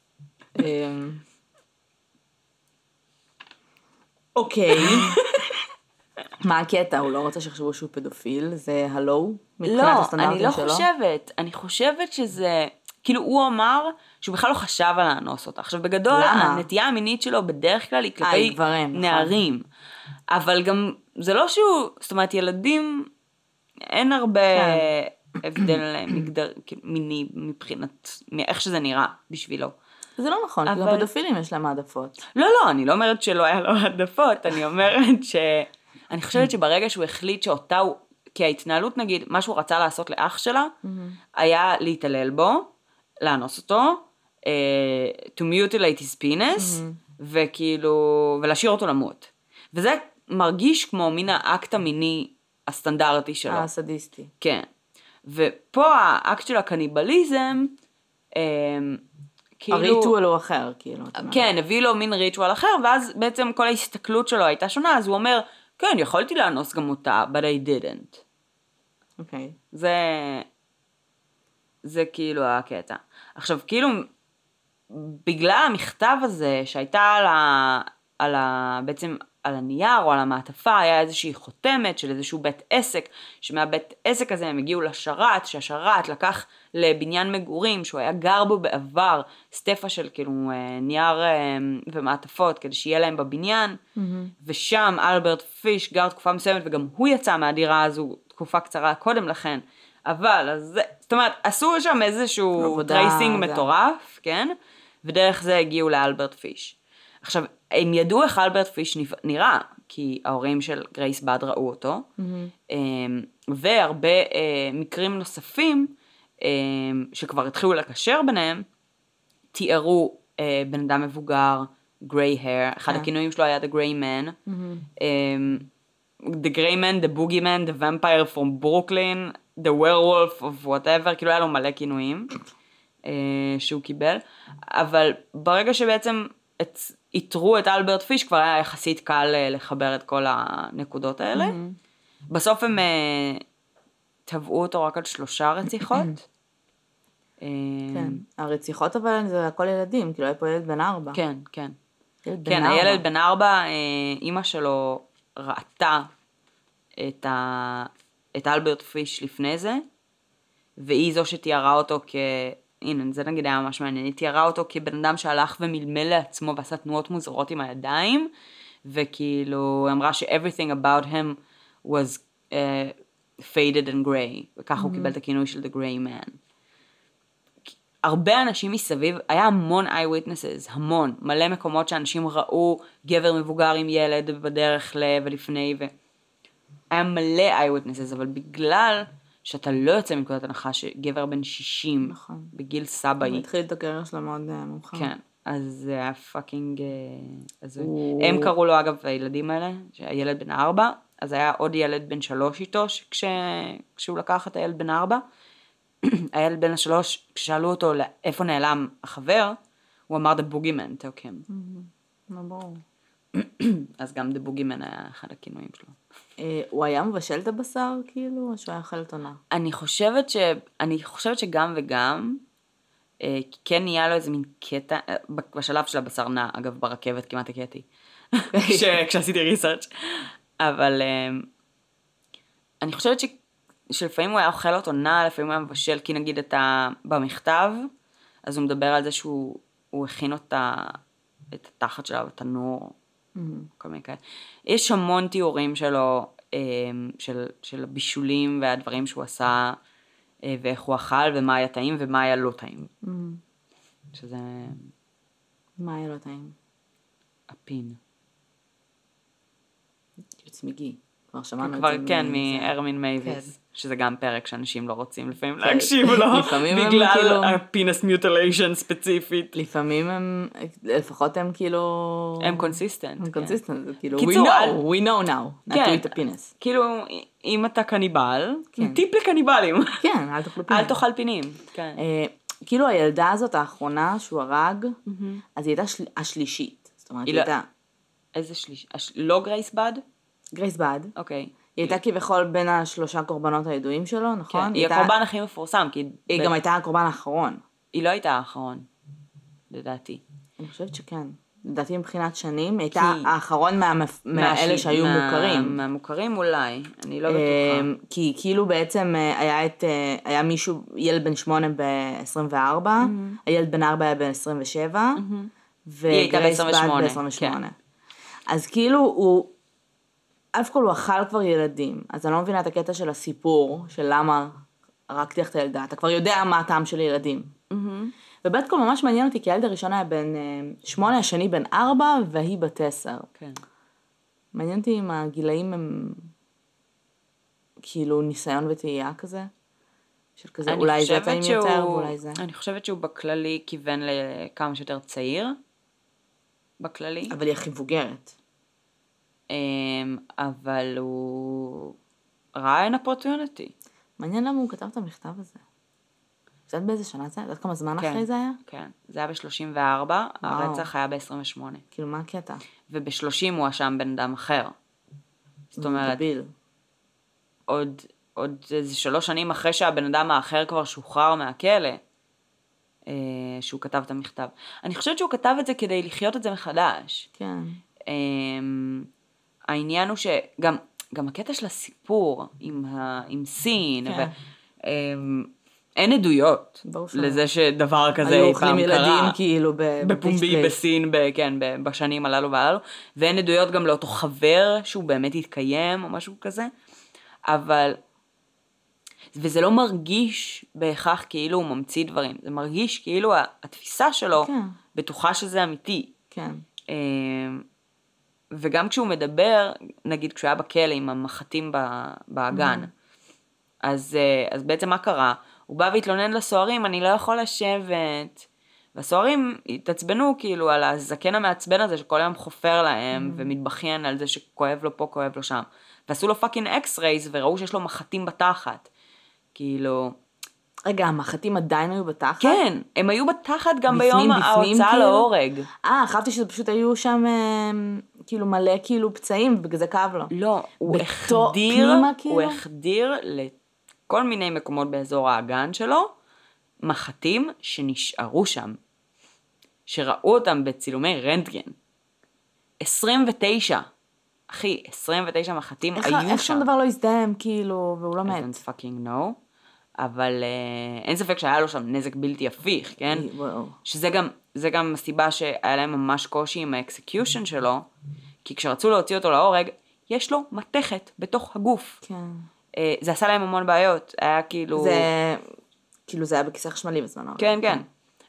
אוקיי. מה הקטע? הוא לא רוצה שחשבו שהוא פדופיל? זה הלו? לא, אני לא חושבת. אני חושבת שזה... כאילו הוא אמר שהוא בכלל לא חשב על לאנוס אותה. עכשיו בגדול, הנטייה המינית שלו בדרך כלל היא כלפי נערים. אבל גם זה לא שהוא... זאת אומרת, ילדים... אין הרבה הבדל מגדר, מיני מבחינת... מאיך שזה נראה בשבילו. זה לא נכון, כי הפדופילים יש להם העדפות. לא, אני לא אומרת שלא היה לו העדפות, אני אומרת אני חושבת שברגע שהוא החליט שאותה הוא, כי ההתנהלות נגיד, מה שהוא רצה לעשות לאח שלה, היה להתעלל בו, לאנוס אותו, to mutilate his penis, וכאילו, ולהשאיר אותו למות. וזה מרגיש כמו מין האקט המיני הסטנדרטי שלו. הסדיסטי. כן. ופה האקט של הקניבליזם, כאילו... הריטואל הוא אחר, כאילו. כן, הביא לו מין ריטואל אחר, ואז בעצם כל ההסתכלות שלו הייתה שונה, אז הוא אומר, כן, יכולתי לאנוס גם אותה, but I didn't. אוקיי. זה כאילו הקטע. עכשיו, כאילו, בגלל המכתב הזה, שהייתה בעצם על הנייר או על המעטפה, היה איזושהי חותמת של איזשהו בית עסק, שמהבית עסק הזה הם הגיעו לשרת, שהשרת לקח לבניין מגורים, שהוא היה גר בו בעבר, סטפה של כאילו נייר ומעטפות, כדי שיהיה להם בבניין, ושם אלברט פיש גר תקופה מסוימת, וגם הוא יצא מהדירה הזו תקופה קצרה קודם לכן, אבל, זאת אומרת, עשו שם איזשהו טרייסינג מטורף, כן? ודרך זה הגיעו לאלברט פיש. עכשיו, הם ידעו איך אלברט פיש נראה, כי ההורים של גרייס בד ראו אותו, והרבה מקרים נוספים, שכבר התחילו לקשר ביניהם, תיארו בן אדם מבוגר, gray hair, אחד הכינויים שלו היה the gray man, the gray man, the boogeyman, the vampire from Brooklyn, the werewolf of whatever, כאילו היה לו מלא כינויים שהוא קיבל, אבל ברגע שבעצם יתרו את אלברט פיש, כבר היה יחסית קל לחבר את כל הנקודות האלה. בסוף הם טבעו אותו רק על 3 רציחות. כן, הרציחות אבל זה הכל ילדים, כאילו היה פה ילד בן 4. כן. כן, הילד בן 4, אמא שלו ראתה את אלברט פיש לפני זה, והיא זו שתיארה אותו הנה, זה נגיד היה ממש מעניין, היא תיארה אותו כבן אדם שהלך ומלמל לעצמו ועשה תנועות מוזרות עם הידיים, וכאילו אמרה ש-everything about him was faded and gray, וככה הוא קיבל את הכינוי של the gray man. הרבה אנשים מסביב, היה המון eyewitnesses, המון, מלא מקומות שאנשים ראו גבר מבוגר עם ילד בדרך ולפני, היה מלא eyewitnesses, אבל בגלל שאתה לא יוצא מנקודת הנחה שגבר בן 60, נכון. בגיל סבאי. הוא התחיל את הקריירה שלה מאוד מאוחר. כן, אז זה היה פאקינג... הם קראו לו אגב הילדים האלה, שהילד בן 4, אז היה עוד ילד בן 3 איתו, כשהוא לקח את הילד בן 4, הילד בן 3, כששאלו אותו איפה נעלם החבר, הוא אמר The Boogeyman, תאוקים. לא ברור. אז גם The Boogeyman היה אחד הכינויים שלו. הוא היה מבשל את הבשר, כאילו, או שהוא היה אוכל תונה? אני חושבת שגם וגם, כן נהיה לו איזה מין קטע, בשלב של הבשר נע, אגב ברכבת כמעט הקטעתי, כשעשיתי ריסרצ', אבל אני חושבת שלפעמים הוא היה אוכל אותו נע, לפעמים הוא היה מבשל, כי נגיד במכתב, אז הוא מדבר על זה שהוא הכין אותה, את התחת שלה בתנור, כל מיני כאלה. יש המון תיאורים שלו, של הבישולים והדברים שהוא עשה, ואיך הוא אכל, ומה היה טעים, ומה היה לא טעים. שזה... מה היה לא טעים? הפין. צמיגי. כבר שמענו את זה. כבר כן, מארמין מייביס, שזה גם פרק שאנשים לא רוצים לפעמים להקשיב לו, בגלל הפינס מיוטיליישן ספציפית. לפעמים הם, לפחות הם כאילו... הם קונסיסטנט. הם קונסיסטנט, כאילו, קיצור, we know now, not to eat a penis. כאילו, אם אתה קניבל, טיפ לקניבלים. כן, אל תאכלו פינים. אל תאכל פינים, כן. כאילו הילדה הזאת האחרונה שהוא הרג, אז היא הייתה השלישית. זאת אומרת, היא הייתה... איזה שלישית? לא גרייס בד? גרייס בד. אוקיי. היא הייתה כביכול בין השלושה קורבנות הידועים שלו, נכון? כן, היא הקורבן הכי מפורסם. היא גם הייתה הקורבן האחרון. היא לא הייתה האחרון, לדעתי. אני חושבת שכן. לדעתי מבחינת שנים, היא הייתה האחרון מאלה שהיו מוכרים. מהמוכרים אולי, אני לא בטוחה. כי כאילו בעצם היה מישהו, ילד בן 8 ב-24, הילד בן 4 היה ב-27, וגרייס בד ב-28. אז כאילו הוא... אף כל הוא אכל כבר ילדים, אז אני לא מבינה את הקטע של הסיפור, של למה הרגתי לך את הילדה, אתה כבר יודע מה הטעם של ילדים. ובית כל ממש מעניין אותי, כי הילד הראשון היה בן 8, השני בן 4, והיא בת 10. כן. מעניין אותי אם הגילאים הם כאילו ניסיון וטעייה כזה, של כזה, אולי זה טעים יותר, ואולי זה. אני חושבת שהוא בכללי כיוון לכמה שיותר צעיר, בכללי. אבל היא הכי מבוגרת. אבל הוא ראה אין אופורטוניטי. מעניין למה הוא כתב את המכתב הזה. יודעת באיזה שנה זה? יודעת כמה זמן אחרי זה היה? כן, זה היה ב-34, הרצח היה ב-28. כאילו מה הקטע? וב-30 הוא אשם בן אדם אחר. זאת אומרת, עוד איזה 3 שנים אחרי שהבן אדם האחר כבר שוחרר מהכלא, שהוא כתב את המכתב. אני חושבת שהוא כתב את זה כדי לחיות את זה מחדש. כן. העניין הוא שגם הקטע של הסיפור עם סין, אין עדויות לזה שדבר כזה היו פעם אוכלים ילדים קרה. כאילו בפומבי בסין, בשנים הללו והללו, ואין עדויות גם לאותו חבר שהוא באמת התקיים או משהו כזה, אבל, וזה לא מרגיש בהכרח כאילו הוא ממציא דברים, זה מרגיש כאילו התפיסה שלו בטוחה שזה אמיתי. כן. וגם כשהוא מדבר, נגיד כשהוא היה בכלא עם המחתים באגן, אז בעצם מה קרה? הוא בא והתלונן לסוהרים, אני לא יכול לשבת, והסוהרים התעצבנו כאילו על הזקן המעצבן הזה שכל היום חופר להם, ומתבכיין על זה שכואב לו פה, כואב לו שם. ועשו לו פאקינג אקס-רייז, וראו שיש לו מחתים בתחת. כאילו... רגע, המחתים עדיין היו בתחת? כן, הם היו בתחת גם ביום ההוצאה להורג. חשבתי שזה פשוט היו שם כאילו מלא כאילו פצעים, ובגלל זה כאב לו. לא, הוא החדיר לכל מיני מקומות באזור האגן שלו, מחתים שנשארו שם, שראו אותם בצילומי רנטגן. 29, אחי, 29 מחתים היו שם. איך שום דבר לא הזדהם כאילו, והוא לא מת? I don't fucking know. אבל אין ספק שהיה לו שם נזק בלתי הפיך, כן? שזה גם הסיבה שהיה להם ממש קושי עם האקסקיושן שלו, כי כשרצו להוציא אותו להורג, יש לו מתכת בתוך הגוף. כן. זה עשה להם המון בעיות, היה כאילו... זה היה בכיסא חשמלי בזמן ההורג. כן, כן.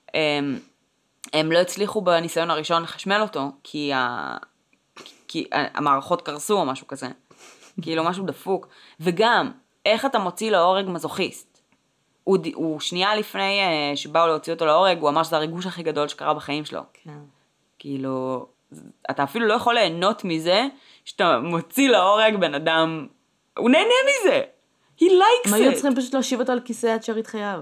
הם לא הצליחו בניסיון הראשון לחשמל אותו, כי המערכות קרסו או משהו כזה. כאילו משהו דפוק. וגם... איך אתה מוציא להורג מזוכיסט? הוא שנייה לפני שבאו להוציא אותו להורג, הוא אמר שזה הריגוש הכי גדול שקרה בחיים שלו. כן. כאילו, אתה אפילו לא יכול ליהנות מזה, שאתה מוציא להורג בן אדם, הוא נהנה מזה. He likes it. הם היו צריכים פשוט להושיב אותו על כיסא עד שארית חייו.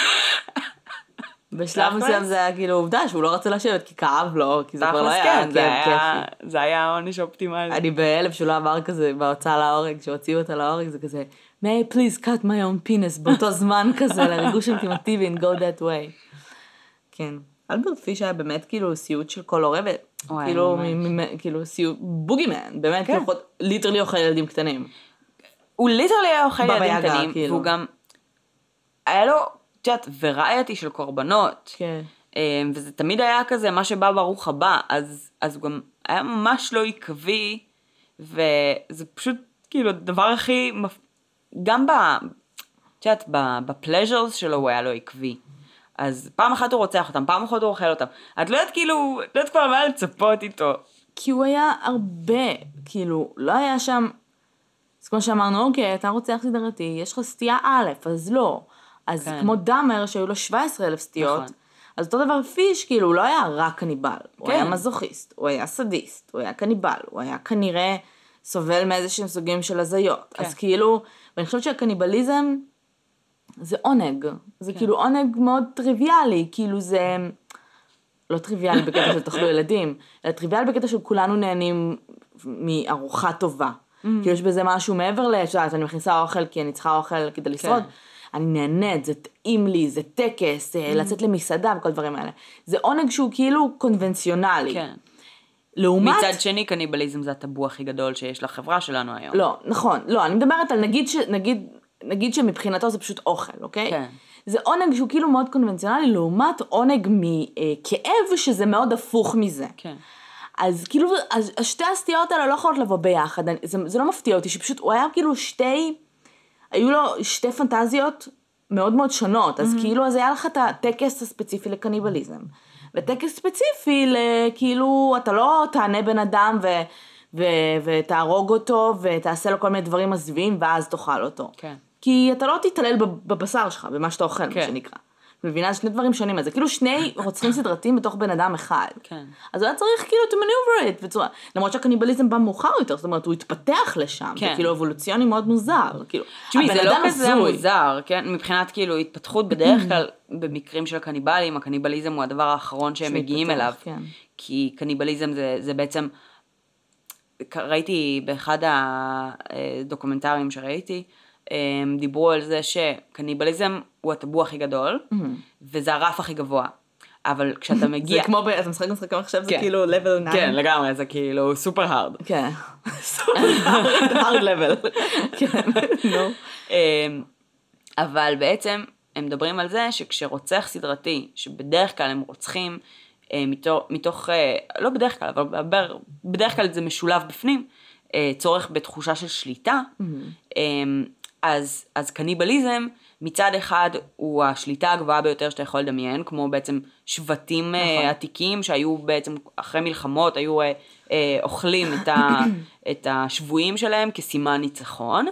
בשלב מסוים זה היה כאילו עובדה שהוא לא רצה לשבת כי כאב לו, כי זה כבר לא היה כיפי. זה היה העונש אופטימלי. אני באלף שהוא לא אמר כזה בהוצאה להורג, שהוציאו אותה להורג, זה כזה, may I please cut my own penis, באותו זמן כזה, לריגוש אולטימטיבי, and go that way. כן. אלברט פיש היה באמת כאילו סיוט של כל הורה, כאילו סיוט, בוגימן, באמת, ליטרלי אוכל ילדים קטנים. הוא ליטרלי היה אוכל ילדים קטנים, והוא גם, היה לו, תשעת, וראייתי של קורבנות. כן. וזה תמיד היה כזה, מה שבא ברוך הבא, אז הוא גם היה ממש לא עקבי, וזה פשוט כאילו הדבר הכי, גם בפלז'רס שלו הוא היה לא עקבי. אז פעם אחת הוא רוצח אותם, פעם אחת הוא אוכל אותם. את לא יודעת כאילו, לא יודעת כבר מה לצפות איתו. כי הוא היה הרבה, כאילו, לא היה שם, אז כמו שאמרנו, אוקיי, אתה רוצח סדרתי, יש לך סטייה א', אז לא. אז כן. כמו דאמר שהיו לו 17,000 סטיות, נכון. אז אותו דבר פיש, כאילו, הוא לא היה רק קניבל, כן. הוא היה מזוכיסט, הוא היה סדיסט, הוא היה קניבל, הוא היה כנראה סובל מאיזשהם סוגים של הזיות. כן. אז כאילו, ואני חושבת שהקניבליזם זה עונג, זה כן. כאילו עונג מאוד טריוויאלי, כאילו זה לא טריוויאלי בקטע של תאכלו ילדים, אלא טריוויאלי בקטע של כולנו נהנים מארוחה טובה. כאילו יש בזה משהו מעבר לשעת, אני מכניסה אוכל כי אני צריכה אוכל כדי לשרוד, כן. אני נהנית, זה טעים לי, זה טקס, לצאת למסעדה וכל דברים האלה. זה עונג שהוא כאילו קונבנציונלי. כן. לעומת... מצד שני, קניבליזם זה הטבו הכי גדול שיש לחברה שלנו היום. לא, נכון. לא, אני מדברת על נגיד שמבחינתו זה פשוט אוכל, אוקיי? כן. זה עונג שהוא כאילו מאוד קונבנציונלי, לעומת עונג מכאב שזה מאוד הפוך מזה. כן. אז כאילו, השתי הסטיות האלה לא יכולות לבוא ביחד. זה לא מפתיע אותי, שפשוט הוא היה כאילו היו לו שתי פנטזיות מאוד מאוד שונות, אז כאילו, אז היה לך את הטקס הספציפי לקניבליזם, וטקס ספציפי כאילו, אתה לא תענה בן אדם ותהרוג אותו, ותעשה לו כל מיני דברים מזווים, ואז תאכל אותו. כן. כי אתה לא תתעלל בבשר שלך, במה שאתה אוכל, מה שנקרא. מבינה, שני דברים שונים, אז זה כאילו שני רוצחים סדרתיים בתוך בן אדם אחד. כן. אז הוא היה צריך כאילו to maneuver it בצורה, למרות שהקניבליזם בא מאוחר יותר, זאת אומרת, הוא התפתח לשם, כן. זה כאילו אבולוציוני מאוד מוזר, כאילו. תשמעי, זה לא כזה מוזר, כן? מבחינת כאילו התפתחות בדרך כלל, במקרים של קניבלים, הקניבליזם הוא הדבר האחרון שהם מגיעים אליו. כן. כי קניבליזם זה בעצם, ראיתי באחד הדוקומנטרים שראיתי, דיברו על זה שקניבליזם הוא הטבו הכי גדול, וזה הרף הכי גבוה. אבל כשאתה מגיע... זה כמו, אתה משחק עכשיו, זה כאילו level 9. כן, לגמרי, זה כאילו סופר הרד. כן, סופר הרד level. כן, נו. אבל בעצם הם מדברים על זה שכשרוצח סדרתי, שבדרך כלל הם רוצחים מתוך, לא בדרך כלל, אבל בדרך כלל זה משולב בפנים, צורך בתחושה של שליטה, אז קניבליזם מצד אחד הוא השליטה הגבוהה ביותר שאתה יכול לדמיין, כמו בעצם שבטים עתיקים שהיו בעצם אחרי מלחמות, היו אוכלים את השבויים שלהם כסימן ניצחון.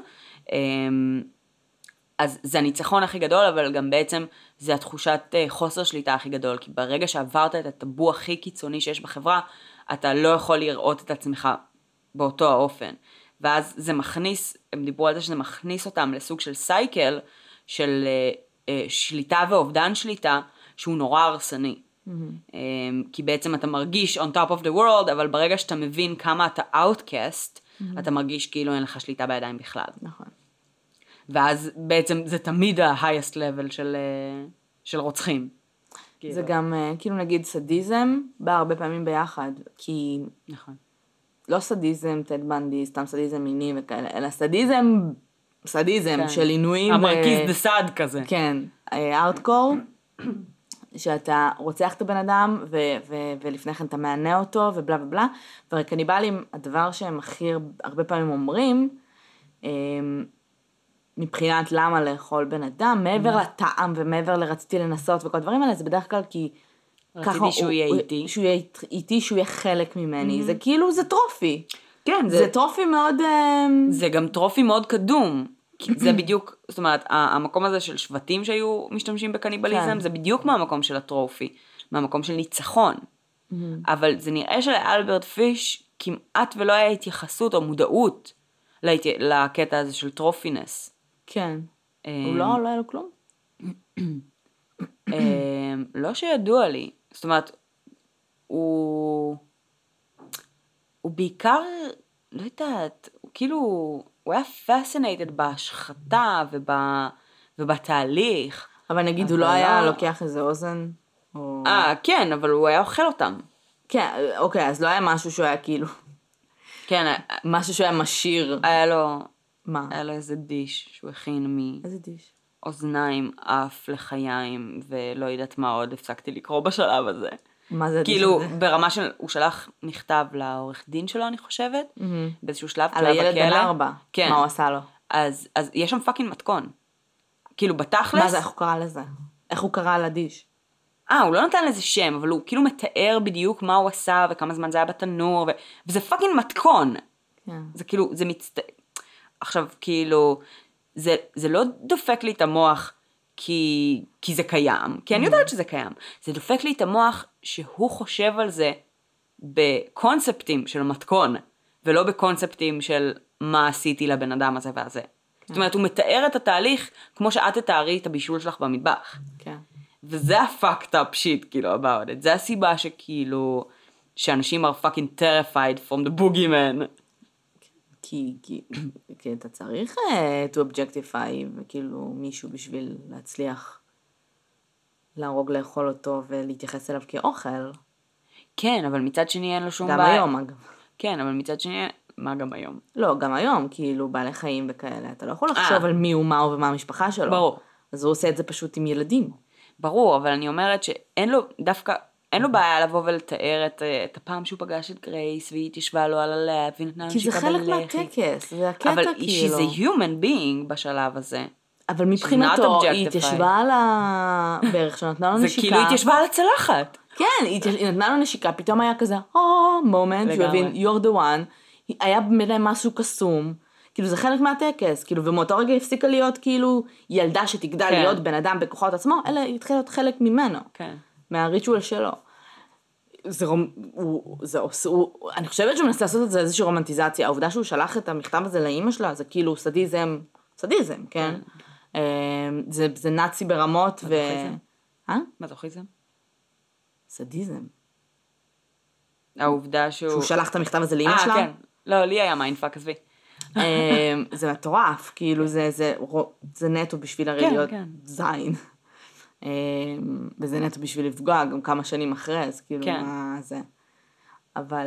אז זה הניצחון הכי גדול, אבל גם בעצם זה התחושת חוסר שליטה הכי גדול, כי ברגע שעברת את הטבו הכי קיצוני שיש בחברה, אתה לא יכול לראות את עצמך באותו האופן. ואז זה מכניס, הם דיברו על זה שזה מכניס אותם לסוג של סייקל, של שליטה ואובדן שליטה, שהוא נורא הרסני. כי בעצם אתה מרגיש on top of the world, אבל ברגע שאתה מבין כמה אתה outcast, אתה מרגיש כאילו אין לך שליטה בידיים בכלל. נכון. ואז בעצם זה תמיד ה-highest level של רוצחים. זה גם, כאילו נגיד סדיזם, בא הרבה פעמים ביחד, כי... נכון. לא סדיזם, טד בנדי, סתם סדיזם מיני וכאלה, אלא סדיזם כן. של עינויים. המרכיז דסד כזה. כן, ארטקור, שאתה רוצח את הבן אדם, ולפני כן אתה מענה אותו, ובלה ובלה, וקניבלים, הדבר שהם הכי הרבה פעמים אומרים, מבחינת למה לאכול בן אדם, מעבר לטעם ומעבר לרציתי לנסות וכל דברים האלה, זה בדרך כלל כי רציתי שהוא יהיה איתי. שהוא יהיה איתי, שהוא יהיה חלק ממני. זה כאילו, זה טרופי. כן. זה טרופי מאוד... זה גם טרופי מאוד קדום. זה בדיוק, זאת אומרת, המקום הזה של שבטים שהיו משתמשים בקניבליזם, כן. זה בדיוק מהמקום של הטרופי, מהמקום של ניצחון. אבל זה נראה שלאלברט פיש כמעט ולא היה התייחסות או מודעות לקטע הזה של טרופינס. כן. הוא לא היה לו כלום? לא שידוע לי. זאת אומרת, הוא בעיקר, לא יודעת, הוא כאילו, הוא היה fascinated בהשחתה ובתהליך. אבל נגיד הוא לא היה לוקח איזה אוזן? כן, אבל הוא היה אוכל אותם. כן, אוקיי, אז לא היה משהו שהוא היה כאילו, כן, משהו שהוא היה משאיר. היה לו, מה? היה לו איזה דיש שהוא הכין איזה דיש? מאוזניים, אף לחיים, ולא יודעת מה עוד, הפסקתי לקרוא בשלב הזה. מה זה הדיש כאילו, הזה? ברמה של, הוא שלח מכתב לעורך דין שלו, אני חושבת, באיזשהו שלב, על הילד בן 4. כן. מה הוא עשה לו? אז יש שם פאקינג מתכון. כאילו, בתכלס... מה זה, איך הוא קרא לזה? איך הוא קרא לדיש? הוא לא נתן לזה שם, אבל הוא כאילו מתאר בדיוק מה הוא עשה, וכמה זמן זה היה בתנור, וזה פאקינג מתכון. כן. זה כאילו, עכשיו, כאילו, זה לא דופק לי את המוח כי זה קיים, כי אני יודעת שזה קיים. זה דופק לי את המוח שהוא חושב על זה בקונספטים של מתכון, ולא בקונספטים של מה עשיתי לבן אדם הזה והזה. זאת אומרת, הוא מתאר את התהליך כמו שאת תתארי את הבישול שלך במטבח. כן. וזה ה-fucked up shit, כאילו, about it. זה הסיבה שכאילו, שאנשים are fucking terrified from the boogeyman. כי אתה צריך to objectify וכאילו מישהו בשביל להצליח להרוג, לאכול אותו ולהתייחס אליו כאוכל. כן, אבל מצד שני אין לו שום גם בעיה. היום אגב. כן, אבל מצד שני, מה גם היום? לא, גם היום, כאילו בעלי חיים וכאלה, אתה לא יכול לחשוב על מי הוא מה ומה המשפחה שלו. ברור. אז הוא עושה את זה פשוט עם ילדים. ברור, אבל אני אומרת שאין לו דווקא, אין לו בעיה לבוא ולתאר את הפעם שהוא פגש את גרייס, והיא תשבה לו על הלב, ונתנה לו כי זה נשיקה חלק בלחי. מהטקס, זה הקטע אבל כאילו. she's a human being בשלב הזה. אבל מבחינתו, not היא objectified. התיישבה על הברך שנתנה לו זה נשיקה. כאילו היא התיישבה על הצלחת. כן, היא נתנה לו נשיקה, פתאום היה כזה, מומנט, שהוא לגמרי. הבין, you're the one, היה באמת משהו קסום, כאילו זה חלק מהטקס, כאילו, ומאותו רגע הפסיקה להיות כאילו ילדה שתגדל כן. להיות בן אדם בכוחות עצמו, אלא התחיל להיות חלק ממנו, כן. מהריטואל שלו. אני חושבת שהוא מנסה לעשות את זה איזושהי רומנטיזציה, העובדה שהוא שלח את המכתב הזה לאמא שלה, זה כאילו סדיזם, כן? זה נאצי ברמות ו... מזוכיזם? סדיזם. העובדה שהוא שלח את המכתב הזה לאמא שלה? כן. לא, לי היה מיינדפאק, עזבי. זה מטורף, כאילו זה נטו בשביל הרי להיות זין. וזה נטו בשביל לפגוע גם כמה שנים אחרי, אז כאילו מה זה. אבל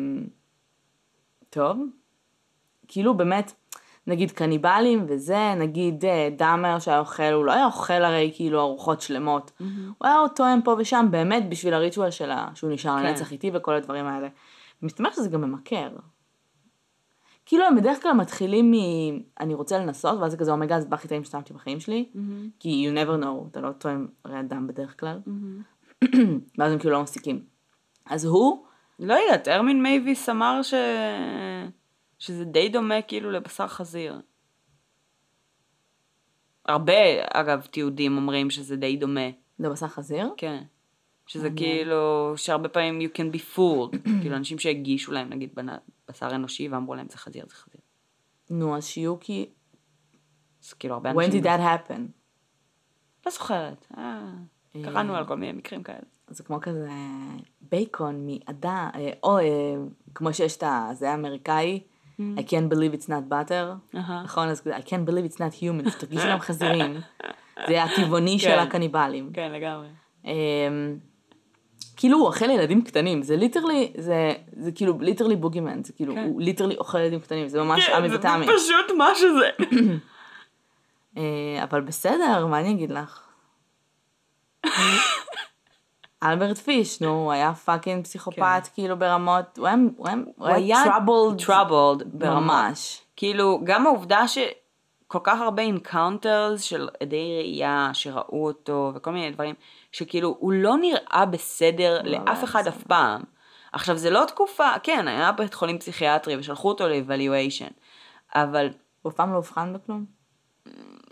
טוב, כאילו באמת, נגיד קניבלים וזה, נגיד דאמר שהיה אוכל, הוא לא היה אוכל הרי כאילו ארוחות שלמות, הוא היה טועם פה ושם באמת בשביל הריטואל שלה, שהוא נשאר לנצח איתי וכל הדברים האלה. ומסתבר שזה גם ממכר. כאילו הם בדרך כלל מתחילים אני רוצה לנסות, ואז זה כזה אומגה, זה הכי טעים ששמתי בחיים שלי, כי you never know, אתה לא טועם הרי אדם בדרך כלל, ואז הם כאילו לא מפסיקים. אז הוא... לא יודעת, ארמין מייביס אמר שזה די דומה כאילו לבשר חזיר. הרבה, אגב, תיעודים אומרים שזה די דומה. לבשר חזיר? כן. שזה כאילו, שהרבה פעמים you can be fooled, כאילו אנשים שהגישו להם, נגיד, בשר אנושי, ואמרו להם, זה חזיר, זה חזיר. נו, אז שיוקי... אז כאילו, הרבה אנשים... When did that happen? לא זוכרת. קראנו על כל מיני מקרים כאלה. זה כמו כזה בייקון מעדה, או כמו שיש את זה האמריקאי, I can't believe it's not butter, נכון? אז כזה, I can't believe it's not human, תרגישו להם חזירים. זה הטבעוני של הקניבלים. כן, לגמרי. כאילו הוא אוכל ילדים קטנים, זה ליטרלי, זה כאילו ליטרלי בוגימן, זה כאילו, הוא ליטרלי אוכל ילדים קטנים, זה ממש עמי וטעמי. זה פשוט מה שזה. אבל בסדר, מה אני אגיד לך? אלברט פיש, נו, הוא היה פאקינג פסיכופת, כאילו ברמות, הוא היה troubled ממש. כאילו, גם העובדה שכל כך הרבה encounters של עדי ראייה שראו אותו, וכל מיני דברים, שכאילו, הוא לא נראה בסדר לאף אחד אף פעם. עכשיו, זה לא תקופה, כן, היה בית חולים פסיכיאטרי, ושלחו אותו ל-evaluation, אבל... הוא פעם לא הובחן בכלום?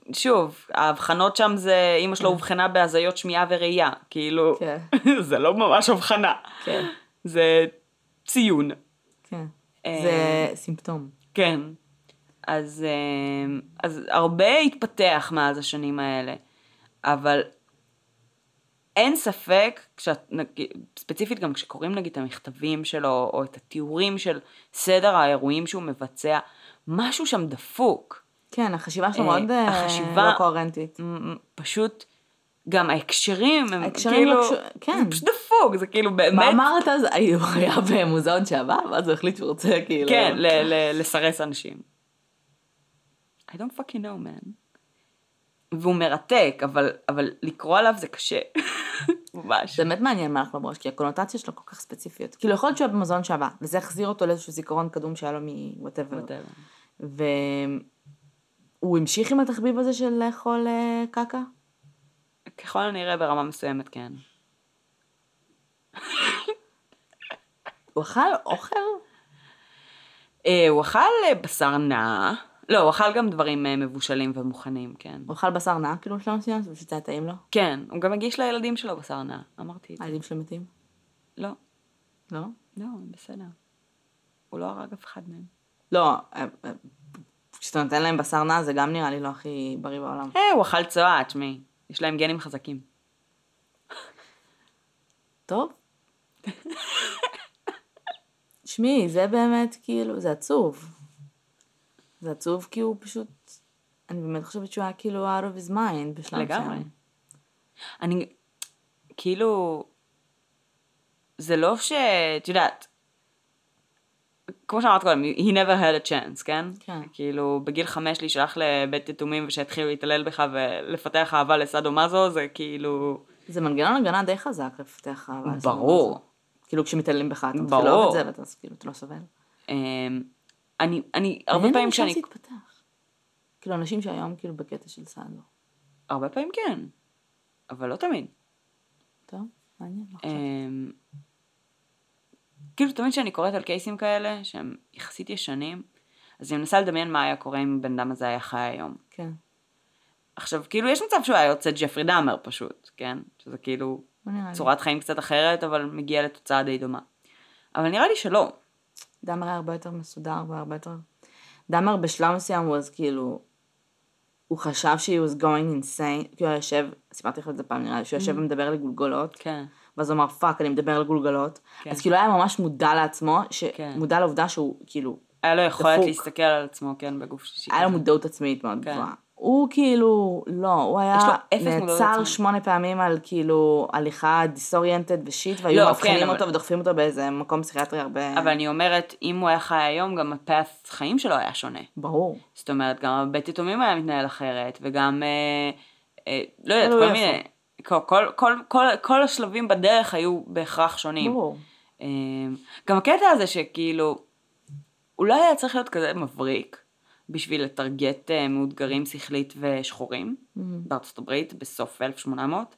שוב, ההבחנות שם זה, אמא שלו הובחנה בהזיות שמיעה וראייה, כאילו, כן. זה לא ממש הבחנה. כן. זה ציון. כן. זה סימפטום. כן. אז הרבה התפתח מאז השנים האלה, אבל אין ספק, ספציפית גם כשקוראים נגיד את המכתבים שלו, או את התיאורים של סדר האירועים שהוא מבצע, משהו שם דפוק. כן, החשיבה שלו מאוד לא קוהרנטית. פשוט, גם ההקשרים, הם ההקשרים כאילו, כן. זה פשוט דפוק, זה כאילו באמת. מה אמרת? הוא היה במוזיאון שעבר, ואז הוא החליט שהוא רוצה כאילו. כן, לסרס אנשים. I don't fucking know, man. והוא מרתק, אבל לקרוא עליו זה קשה. ממש. זה באמת מעניין מה הלך בראש, כי הקונוטציה שלו כל כך ספציפיות. כאילו יכול להיות שהוא היה במוזיאון שעבר, וזה החזיר אותו לאיזשהו זיכרון קדום שהיה לו מ-whatever. והוא המשיך עם התחביב הזה של לאכול קקה? ככל הנראה ברמה מסוימת, כן. הוא אכל אוכל? הוא אכל בשר נע. לא, הוא אכל גם דברים מבושלים ומוכנים, כן. הוא אכל בשר נע, כאילו שלנו סיום, ושזה היה טעים לו? כן, הוא גם הגיש לילדים שלו בשר נע, אמרתי את זה. הילדים שלו מתים? לא. לא? לא, בסדר. הוא לא הרג אף אחד מהם. לא, כשאתה נותן להם בשר נע, זה גם נראה לי לא הכי בריא בעולם. הוא אכל צואה, תשמעי. יש להם גנים חזקים. טוב. שמי, זה באמת כאילו, זה עצוב. זה עצוב כי הוא פשוט, אני באמת חושבת שהוא היה כאילו out of his mind בשלב לגמרי. אני, כאילו, זה לא את יודעת, כמו שאמרת קודם, he never had a chance, כן? כן. כאילו, בגיל 5 להישלח לבית יתומים ושהתחילו להתעלל בך ולפתח אהבה לסאדו מאזו, זה כאילו... זה מנגנון הגנה די חזק לפתח אהבה לסאדו מאזו. ברור. כאילו כשמתעללים בך, אתה מתחיל לאהוב את זה ואתה כאילו, אתה לא סובל. אני הרבה פעמים כשאני... זה התפתח. כאילו אנשים שהיום כאילו בקטע של סאדו. הרבה פעמים כן, אבל לא תמיד. טוב, מעניין. עכשיו. כאילו תמיד שאני קוראת על קייסים כאלה, שהם יחסית ישנים, אז אני מנסה לדמיין מה היה קורה אם בן אדם הזה היה חי היום. כן. עכשיו, כאילו יש מצב שהוא היה יוצא ג'פרי דאמר פשוט, כן? שזה כאילו צורת חיים קצת אחרת, אבל מגיע לתוצאה די דומה. אבל נראה לי שלא. דאמר היה הרבה יותר מסודר והרבה יותר... דאמר בשלב מסוים הוא אז כאילו... הוא חשב שהוא was going insane, כי הוא יושב, סיפרתי לך את זה פעם נראה לי, שהוא יושב ומדבר לגולגולות. כן. ואז הוא אמר, פאק, אני מדבר לגולגלות. אז כאילו היה ממש מודע לעצמו, מודע לעובדה שהוא כאילו... היה לו יכולת להסתכל על עצמו, כן, בגוף שישי. היה לו מודעות עצמית מאוד גבוהה. הוא כאילו, לא, הוא היה נעצר 8 פעמים על כאילו הליכה דיסאוריינטד ושיט, והיו מבחינים אותו ודוחפים אותו באיזה מקום פסיכיאטרי הרבה... אבל אני אומרת, אם הוא היה חי היום, גם הפאת' חיים שלו היה שונה. ברור. זאת אומרת, גם בית יתומים היה מתנהל אחרת, וגם, לא יודעת, כל מיני... כל השלבים בדרך היו בהכרח שונים. ברור. גם הקטע הזה שכאילו, אולי היה צריך להיות כזה מבריק, בשביל לטרגט מאותגרים שכלית ושחורים, בארצות הברית, בסוף 1800.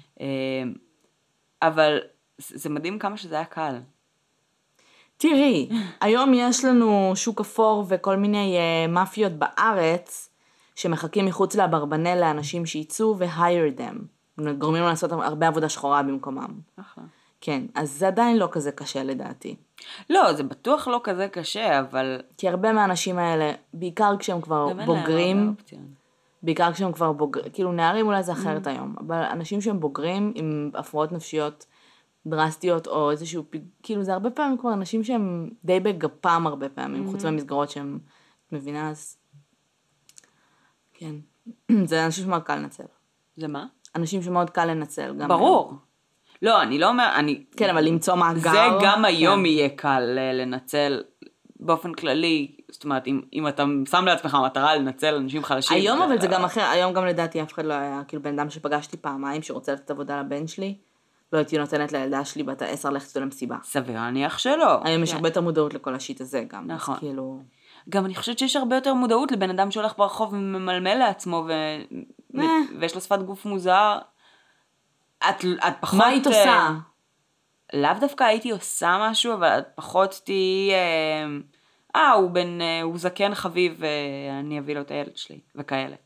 אבל זה מדהים כמה שזה היה קל. תראי, היום יש לנו שוק אפור וכל מיני מאפיות בארץ, שמחכים מחוץ לאברבנל לאנשים שייצאו ו-hire them. גורמים לעשות הרבה עבודה שחורה במקומם. כן, אז זה עדיין לא כזה קשה לדעתי. לא, זה בטוח לא כזה קשה, אבל... כי הרבה מהאנשים האלה, בעיקר כשהם כבר בוגרים, בעיקר כשהם כבר בוגרים, כאילו נערים אולי זה אחרת היום, אבל אנשים שהם בוגרים עם הפרעות נפשיות דרסטיות או איזשהו, כאילו זה הרבה פעמים כבר אנשים שהם די בגפם הרבה פעמים, חוץ מהמסגרות שהם מבינה, אז כן, זה אנשים שמאוד קל לנצל. זה מה? אנשים שמאוד קל לנצל. ברור. לא, אני לא אומר, כן, אבל למצוא מאגר. זה גם היום יהיה קל לנצל באופן כללי, זאת אומרת, אם אתה שם לעצמך מטרה לנצל אנשים חלשים. היום אבל זה גם אחר, היום גם לדעתי אף אחד לא היה, כאילו בן אדם שפגשתי פעמיים שרוצה לתת עבודה לבן שלי, לא הייתי נותנת לילדה שלי בת 10 ללכת איתו למסיבה. סביר להניח שלא. היום יש הרבה יותר מודעות לכל השיט הזה גם. נכון. כאילו... גם אני חושבת שיש הרבה יותר מודעות לבן אדם שהולך ברחוב וממלמל לעצמו ויש לו שפת גוף מוזר. את פחות... מה היית עושה? לאו דווקא הייתי עושה משהו, אבל את פחות תהי... הוא זקן חביב ואני אביא לו את הילד שלי, וכאלה.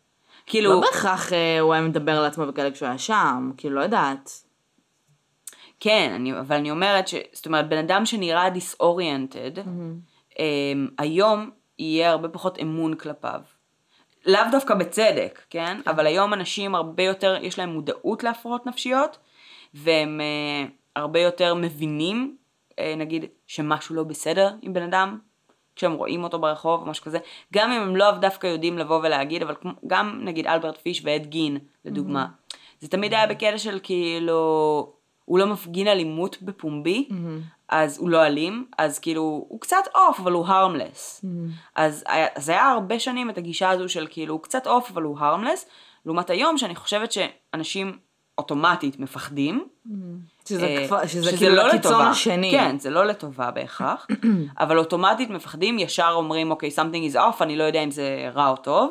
כאילו... לא בהכרח הוא היה מדבר על עצמו בכאלה כשהוא היה שם, כאילו לא יודעת. כן, אבל אני אומרת זאת אומרת, בן אדם שנראה דיסאוריינטד, היום יהיה הרבה פחות אמון כלפיו. לאו דווקא בצדק, כן? אבל היום אנשים הרבה יותר, יש להם מודעות להפרעות נפשיות, והם הרבה יותר מבינים, נגיד, שמשהו לא בסדר עם בן אדם, כשהם רואים אותו ברחוב או משהו כזה, גם אם הם לא דווקא יודעים לבוא ולהגיד, אבל גם נגיד אלברט פיש ואד גין, לדוגמה, זה תמיד היה בקטע של כאילו, הוא לא מפגין אלימות בפומבי, אז הוא לא אלים, אז כאילו, הוא קצת אוף, אבל הוא harmless. אז היה הרבה שנים את הגישה הזו של כאילו, הוא קצת אוף, אבל הוא harmless, לעומת היום שאני חושבת שאנשים אוטומטית מפחדים, שזה כאילו לא לקיצון השני. כן, זה לא לטובה בהכרח, אבל אוטומטית מפחדים, ישר אומרים, אוקיי, something is off, אני לא יודע אם זה רע או טוב,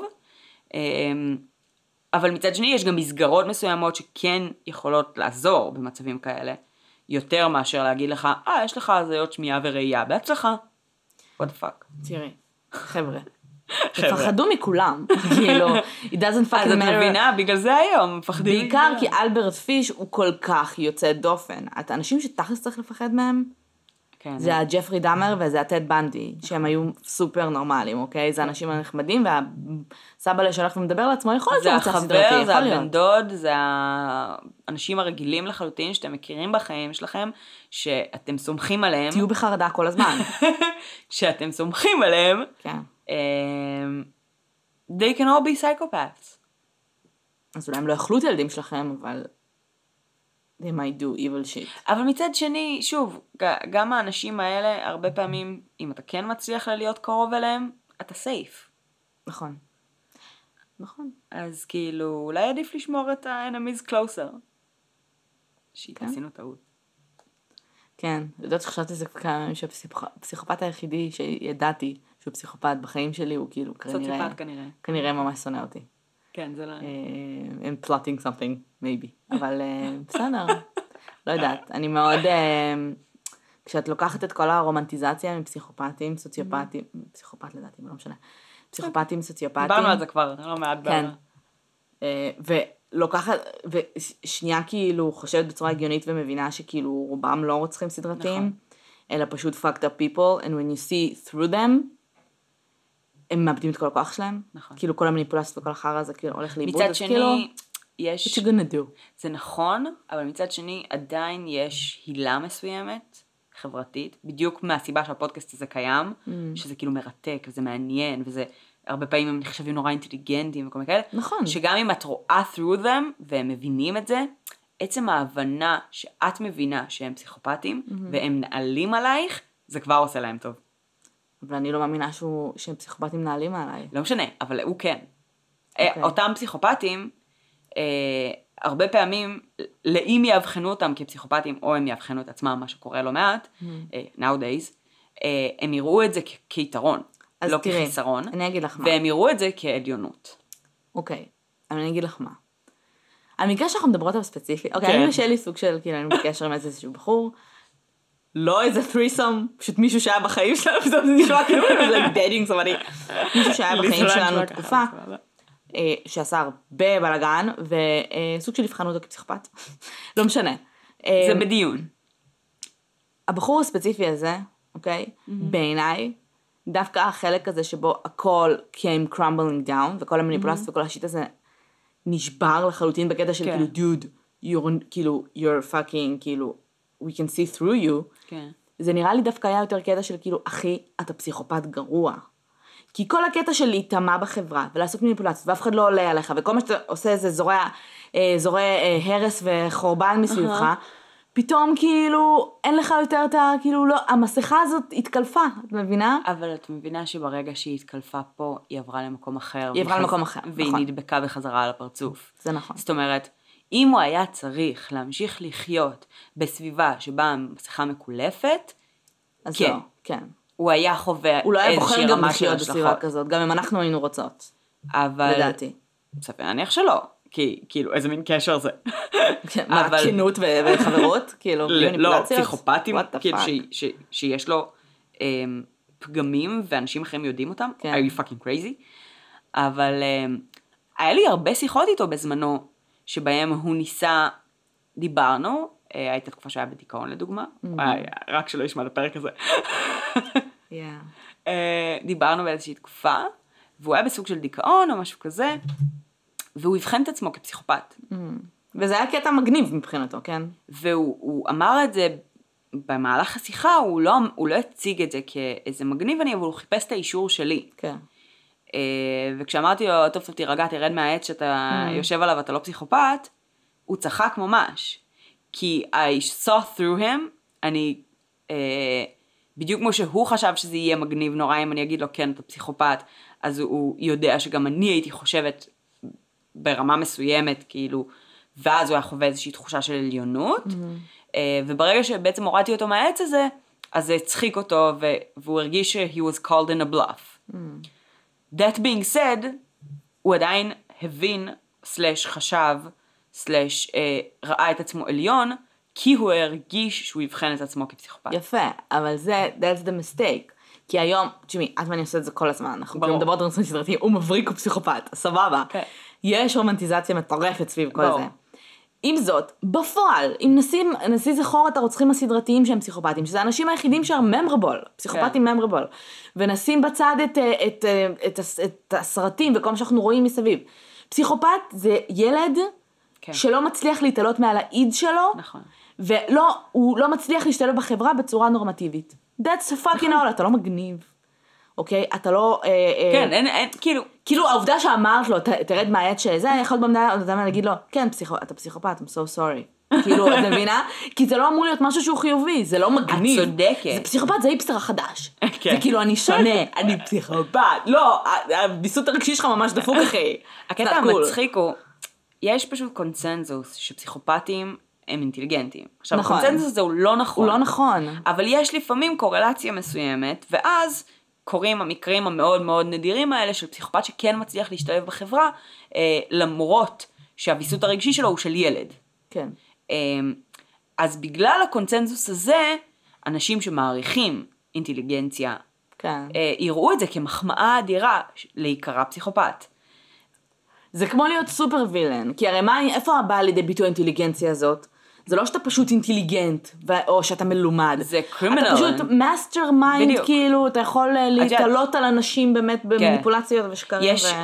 אבל מצד שני יש גם מסגרות מסוימות שכן יכולות לעזור במצבים כאלה, יותר מאשר להגיד לך, יש לך הזיות שמיעה וראייה, בהצלחה. What the fuck. תראי, חבר'ה. תפחדו מכולם, כאילו, it doesn't fucking matter. אז את מבינה, בגלל זה היום, מפחדים. בעיקר כי אלברט פיש הוא כל כך יוצא דופן. את האנשים שתכלס צריך לפחד מהם, זה הג'פרי דאמר וזה הטד בנדי, שהם היו סופר נורמליים, אוקיי? זה האנשים הנחמדים, והסבא שהלך ומדבר לעצמו, יכול להיות שהוא מצא סדרתי, יכול להיות. זה הבן דוד, זה האנשים הרגילים לחלוטין, שאתם מכירים בחיים שלכם, שאתם סומכים עליהם. תהיו בחרדה כל הזמן. שאתם סומכים עליהם. כן. They can all be psychopaths. אז אולי הם לא יכלו את הילדים שלכם, אבל they might do evil shit. אבל מצד שני, שוב, גם האנשים האלה, הרבה פעמים, אם אתה כן מצליח להיות קרוב אליהם, אתה safe. נכון. נכון. אז כאילו, אולי עדיף לשמור את ה-enemies closer. שעשינו טעות. כן, יודעת שחשבתי את זה כמה שהפסיכופת היחידי שידעתי שהוא פסיכופת בחיים שלי, הוא כאילו כנראה ממש שונא אותי. כן, זה לא... I'm plotting something, maybe. אבל בסדר, לא יודעת. אני מאוד... כשאת לוקחת את כל הרומנטיזציה מפסיכופטים, סוציופטים, פסיכופת לדעתי, לא משנה. פסיכופטים, סוציופטים. דיברנו על זה כבר, לא מעט בעיה. כן. ולוקחת, ושנייה כאילו חושבת בצורה הגיונית ומבינה שכאילו רובם לא רוצחים סדרתיים, אלא פשוט fucked up people, and when you see through them, הם מאבדים את כל הכוח שלהם. נכון. כאילו כל המניפולציות וכל החרא הזה כאילו הולך לאיבוד. מצד שני, יש... What you gonna do? זה נכון, אבל מצד שני עדיין יש הילה מסוימת, חברתית, בדיוק מהסיבה שהפודקאסט הזה קיים, שזה כאילו מרתק וזה מעניין, וזה הרבה פעמים הם נחשבים נורא אינטליגנטים וכל מיני כאלה. נכון. שגם אם את רואה through them והם מבינים את זה, עצם ההבנה שאת מבינה שהם פסיכופטים, והם נעלים עלייך, זה כבר עושה להם טוב. אבל אני לא מאמינה שהם פסיכופטים נעלים עליי. לא משנה, אבל הוא כן. אותם פסיכופטים, הרבה פעמים, אם יאבחנו אותם כפסיכופטים, או הם יאבחנו את עצמם, מה שקורה לא מעט, nowadays, הם יראו את זה כיתרון, לא כחיסרון, והם יראו את זה כעליונות. אוקיי, אבל אני אגיד לך מה. המקרה שאנחנו מדברות עליו ספציפי, אוקיי, אני ושלי סוג של, כאילו, אני בקשר עם איזשהו בחור, לא איזה threesome, פשוט מישהו שהיה בחיים שלנו, זה נשמע כאילו, זה dating somebody, מישהו שהיה בחיים שלנו תקופה, שעשה הרבה בלגן, וסוג של הבחנו אותו כפסיכופת. לא משנה. זה בדיון. הבחור הספציפי הזה, אוקיי, בעיניי, דווקא החלק הזה שבו הכל came crumbling down, וכל המניפולציות וכל השיט הזה נשבר לחלוטין בקטע של כאילו, dude, you're fucking, כאילו, we can see through you. זה נראה לי דווקא היה יותר קטע של כאילו, אחי, אתה פסיכופת גרוע. כי כל הקטע של להתאמה בחברה, ולעשות מניפולציות, ואף אחד לא עולה עליך, וכל מה שאתה עושה זה זורע הרס וחורבן מסביבך, פתאום כאילו, אין לך יותר את כאילו, לא, המסכה הזאת התקלפה, את מבינה? אבל את מבינה שברגע שהיא התקלפה פה, היא עברה למקום אחר. היא עברה למקום אחר, והיא נכון. נדבקה בחזרה על הפרצוף. זה נכון. זאת אומרת, אם הוא היה צריך להמשיך לחיות בסביבה שבה המסכה מקולפת, אז כן. לא, כן. הוא היה חווה הוא לא היה בוחר גם לחיות בסביבה כזאת, גם אם אנחנו היינו רוצות. אבל... לדעתי. ספר, נניח שלא. כי, כאילו, איזה מין קשר זה. מה, כנות וחברות? כאילו, לא, פסיכופטים, כאילו, שיש לו פגמים, ואנשים אחרים יודעים אותם. Are you fucking crazy? אבל היה לי הרבה שיחות איתו בזמנו, שבהם הוא ניסה, דיברנו, הייתה תקופה שהיה בדיכאון לדוגמה, רק שלא ישמע לפרק הזה. דיברנו באיזושהי תקופה, והוא היה בסוג של דיכאון או משהו כזה, והוא הבחן את עצמו כפסיכופת. וזה היה קטע מגניב מבחינתו, כן? והוא אמר את זה במהלך השיחה, הוא לא הציג את זה כאיזה מגניב אני, אבל הוא חיפש את האישור שלי. כן. וכשאמרתי לו, טוב, תירגע, תרד מהעץ שאתה יושב עליו, אתה לא פסיכופת, הוא צחק ממש. כי I saw through him, אני, בדיוק כמו שהוא חשב שזה יהיה מגניב נורא, אם אני אגיד לו, כן, אתה פסיכופת, אז הוא יודע שגם אני הייתי חושבת ברמה מסוימת, כאילו, ואז הוא היה חווה איזושהי תחושה של עליונות, וברגע שבעצם הורדתי אותו מהעץ הזה, אז זה הצחיק אותו, והוא הרגיש ש-he was called in a bluff. That being said, הוא עדיין הבין, חשב, ראה את עצמו עליון, כי הוא הרגיש שהוא יבחן את עצמו כפסיכופת. יפה, אבל that's the mistake. כי היום, תשמעי, את ואני עושה את זה כל הזמן, אנחנו כאילו מדברות על נושאים סדרתיים, הוא מבריק ופסיכופת, סבבה. יש רומנטיזציה מטורפת סביב כל זה. עם זאת, בפועל, אם נשים זכור את הרוצחים הסדרתיים שהם פסיכופטים, שזה האנשים היחידים שהם ממברבול, פסיכופטים ממברבול, ונשים בצד את הסרטים וכל מה שאנחנו רואים מסביב. פסיכופת זה ילד שלא מצליח להתעלות מעל האיד שלו, והוא לא מצליח להשתלב בחברה בצורה נורמטיבית. That's fucking all, אתה לא מגניב. אוקיי? אתה לא... כן, אין, כאילו... כאילו העובדה שאמרת לו, תרד מהעץ שזה, יכול במדע להגיד לו, כן, אתה פסיכופת, I'm so sorry. כאילו, את מבינה? כי זה לא אמור להיות משהו שהוא חיובי, זה לא מגניב. את צודקת. זה פסיכופת, זה היפסטר החדש. זה כאילו, אני שונה, אני פסיכופת. לא, הביסות הרגשי שלך ממש דפוק, אחי. הקטע המצחיק הוא, יש פשוט קונצנזוס שפסיכופטים הם אינטליגנטים. עכשיו, הקונצנזוס הזה הוא לא נכון. הוא לא נכון. אבל יש לפעמים קורלציה מסוימת, ואז קוראים המקרים המאוד מאוד נדירים האלה של פסיכופת שכן מצליח להשתלב בחברה, למרות שהביסות הרגשי שלו הוא של ילד. כן. אז בגלל הקונצנזוס הזה, אנשים שמעריכים אינטליגנציה, כן. יראו את זה כמחמאה אדירה להיקרא פסיכופת. זה כמו להיות סופר וילן, כי הרי איפה הבאה לידי ביטוי האינטליגנציה הזאת? זה לא שאתה פשוט אינטליגנט, או שאתה מלומד. זה קרימינל. אתה פשוט מאסטר מיינד, כאילו, אתה יכול להתעלות על אנשים באמת במניפולציות ושקרים. יש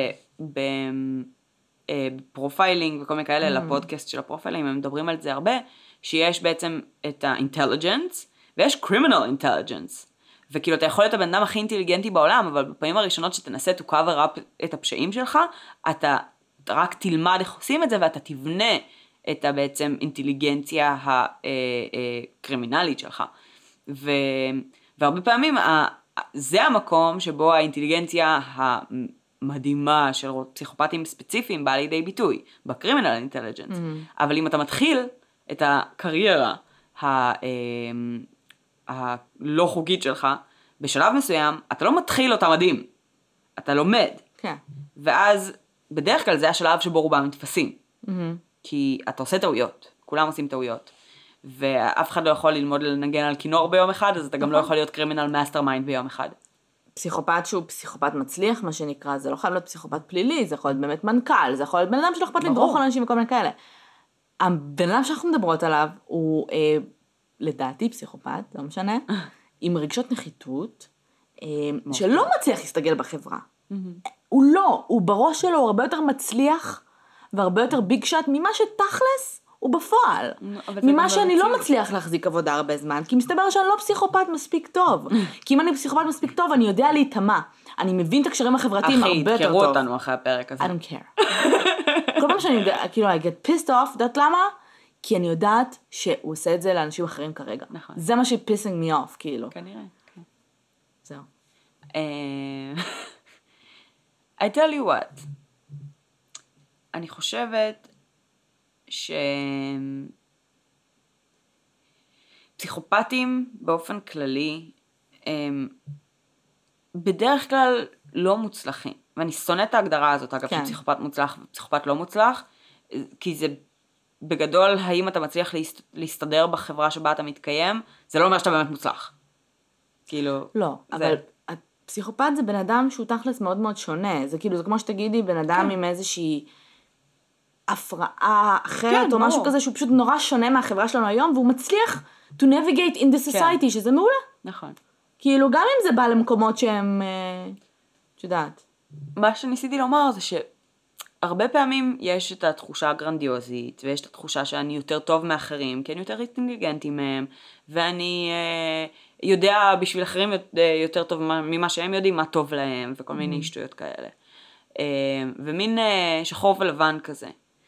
בפרופיילינג וכל מיני כאלה, לפודקאסט של הפרופיילינג, הם מדברים על זה הרבה, שיש בעצם את האינטליג'נס, ויש קרימינל אינטליג'נס. וכאילו, אתה יכול להיות הבן אדם הכי אינטליגנטי בעולם, אבל בפעמים הראשונות שתנסה to cover up את הפשעים שלך, אתה רק תלמד איך עושים את זה, ואתה תבנה את בעצם אינטליגנציה הקרימינלית שלך. והרבה פעמים זה המקום שבו האינטליגנציה המדהימה של פסיכופטים ספציפיים באה לידי ביטוי, בקרימינל אינטליג'נס. אבל אם אתה מתחיל את הקריירה הלא חוקית שלך, בשלב מסוים אתה לא מתחיל אותה מדהים, אתה לומד. כן. ואז בדרך כלל זה השלב שבו רובם מתפסים. כי אתה עושה טעויות, כולם עושים טעויות, ואף אחד לא יכול ללמוד לנגן על כינור ביום אחד, אז אתה גם לא יכול להיות קרימינל מאסטר מיינד ביום אחד. פסיכופת שהוא פסיכופת מצליח, מה שנקרא, זה לא יכול להיות פסיכופת פלילי, זה יכול להיות באמת מנכ"ל, זה יכול להיות בן אדם שלא אכפת לדרוך על אנשים וכל מיני כאלה. הבן אדם שאנחנו מדברות עליו, הוא לדעתי פסיכופת, לא משנה, עם רגשות נחיתות, שלא מצליח להסתגל בחברה. הוא לא, הוא בראש שלו, הוא הרבה יותר מצליח, והרבה יותר ביג שוט ממה שתכלס הוא בפועל. ממה שאני לא מצליח להחזיק עבודה הרבה זמן, כי מסתבר שאני לא פסיכופת מספיק טוב. כי אם אני פסיכופת מספיק טוב, אני יודע להתאמה. אני מבין את הקשרים החברתיים הרבה יותר טוב. אחי, תקראו אותנו אחרי הפרק הזה. I don't care. כל פעם שאני יודע, כאילו, I get pissed off, יודעת למה? כי אני יודעת שהוא עושה את זה לאנשים אחרים כרגע. נכון. זה מה ש-pissing me off, כאילו. כנראה, כן. זהו. I tell you what. אני חושבת שפסיכופטים באופן כללי הם בדרך כלל לא מוצלחים. ואני שונאת את ההגדרה הזאת, אגב, כן. שפסיכופט מוצלח ופסיכופט לא מוצלח, כי זה בגדול, האם אתה מצליח להסתדר בחברה שבה אתה מתקיים, זה לא אומר שאתה באמת מוצלח. כאילו... לא, אבל פסיכופת זה בן אדם שהוא תכלס מאוד מאוד שונה, זה כאילו, זה כמו שתגידי בן אדם עם איזושהי הפרעה אחרת, או משהו כזה שהוא פשוט נורא שונה מהחברה שלנו היום, והוא מצליח to navigate in the society, שזה מעולה. נכון. כאילו, גם אם זה בא למקומות שהם, את יודעת. מה שניסיתי לומר זה שהרבה פעמים יש את התחושה הגרנדיוזית, ויש את התחושה שאני יותר טוב מאחרים, כי אני יותר אינטליגנטי מהם, ואני יודע בשביל אחרים יותר טוב ממה שהם יודעים, מה טוב להם, וכל מיני שטויות כאלה. ומין שחור ולבן כזה.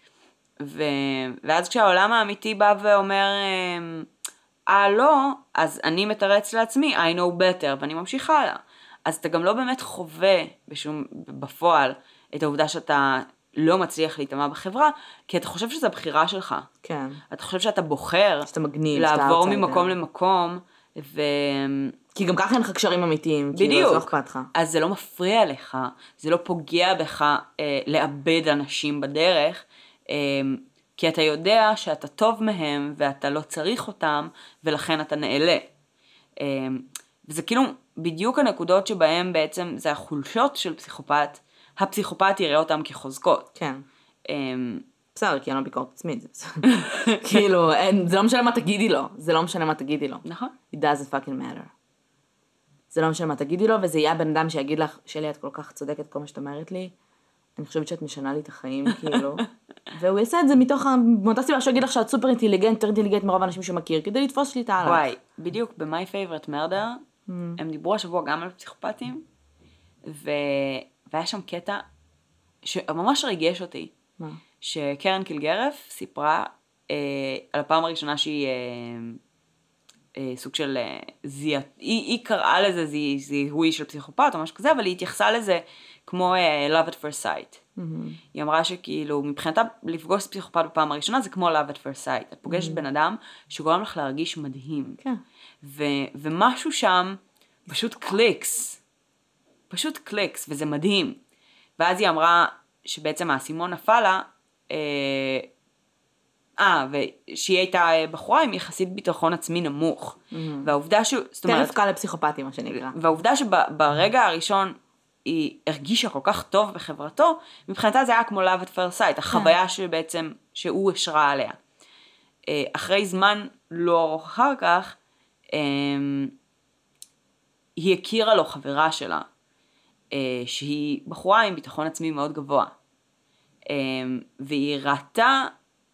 ואז כשהעולם האמיתי בא ואומר, לא, אז אני מתרץ לעצמי, I know better, ואני ממשיכה הלאה. אז אתה גם לא באמת חווה בפועל את העובדה שאתה לא מצליח להתאמה בחברה, כי אתה חושב שזו הבחירה שלך. כן. אתה חושב שאתה בוחר שאתה מגניב, לעבור ממקום למקום, כי גם ככה אין לך קשרים אמיתיים, בדיוק. כאילו, זה לא אכפת לך. אז זה לא מפריע לך, זה לא פוגע בך לאבד אנשים בדרך, כי אתה יודע שאתה טוב מהם ואתה לא צריך אותם, ולכן אתה נעלה. וזה כאילו בדיוק הנקודות שבהם בעצם זה החולשות של פסיכופת, הפסיכופת יראה אותם כחוזקות. כן. בסדר, כי אין לו ביקורת עצמית, זה בסדר. כאילו, זה לא משנה מה תגידי לו, זה לא משנה מה תגידי לו. נכון. It doesn't fucking matter. זה לא משנה מה תגידי לו, וזה יהיה הבן אדם שיגיד לך, שלי את כל כך צודקת כל מה שאת אומרת לי, אני חושבת שאת משנה לי את החיים, כאילו. והוא יעשה את זה מאותה סיבה שהוא יגיד לך שאת סופר אינטליגנט, יותר אינטליגנט מרוב האנשים שמכיר, כדי לתפוס שליטה עליך. וואי, בדיוק, ב-My Favorite Murder, הם דיברו השבוע גם על פסיכופטים, והיה שם קטע שממש ריגש אותי. מה? שקרן קילגרף סיפרה על הפעם הראשונה שהיא סוג של היא קראה לזה זיהוי של פסיכופת או משהו כזה, אבל היא התייחסה לזה כמו love at first sight. היא אמרה שכאילו מבחינתה לפגוש פסיכופת בפעם הראשונה זה כמו love at first sight. את פוגשת בן אדם שגורם לך להרגיש מדהים. כן. ומשהו שם פשוט קליקס. פשוט קליקס, וזה מדהים. ואז היא אמרה שבעצם האסימון נפל לה, ושהיא הייתה בחורה עם יחסית ביטחון עצמי נמוך. והעובדה טרף קל לפסיכופטים, מה שנקרא. והעובדה שברגע הראשון היא הרגישה כל כך טוב בחברתו, מבחינתה זה היה כמו love at first sight, החוויה שבעצם, שהוא השרה עליה. אחרי זמן לא ארוך אחר כך, היא הכירה לו חברה שלה, שהיא בחורה עם ביטחון עצמי מאוד גבוה. והיא ראתה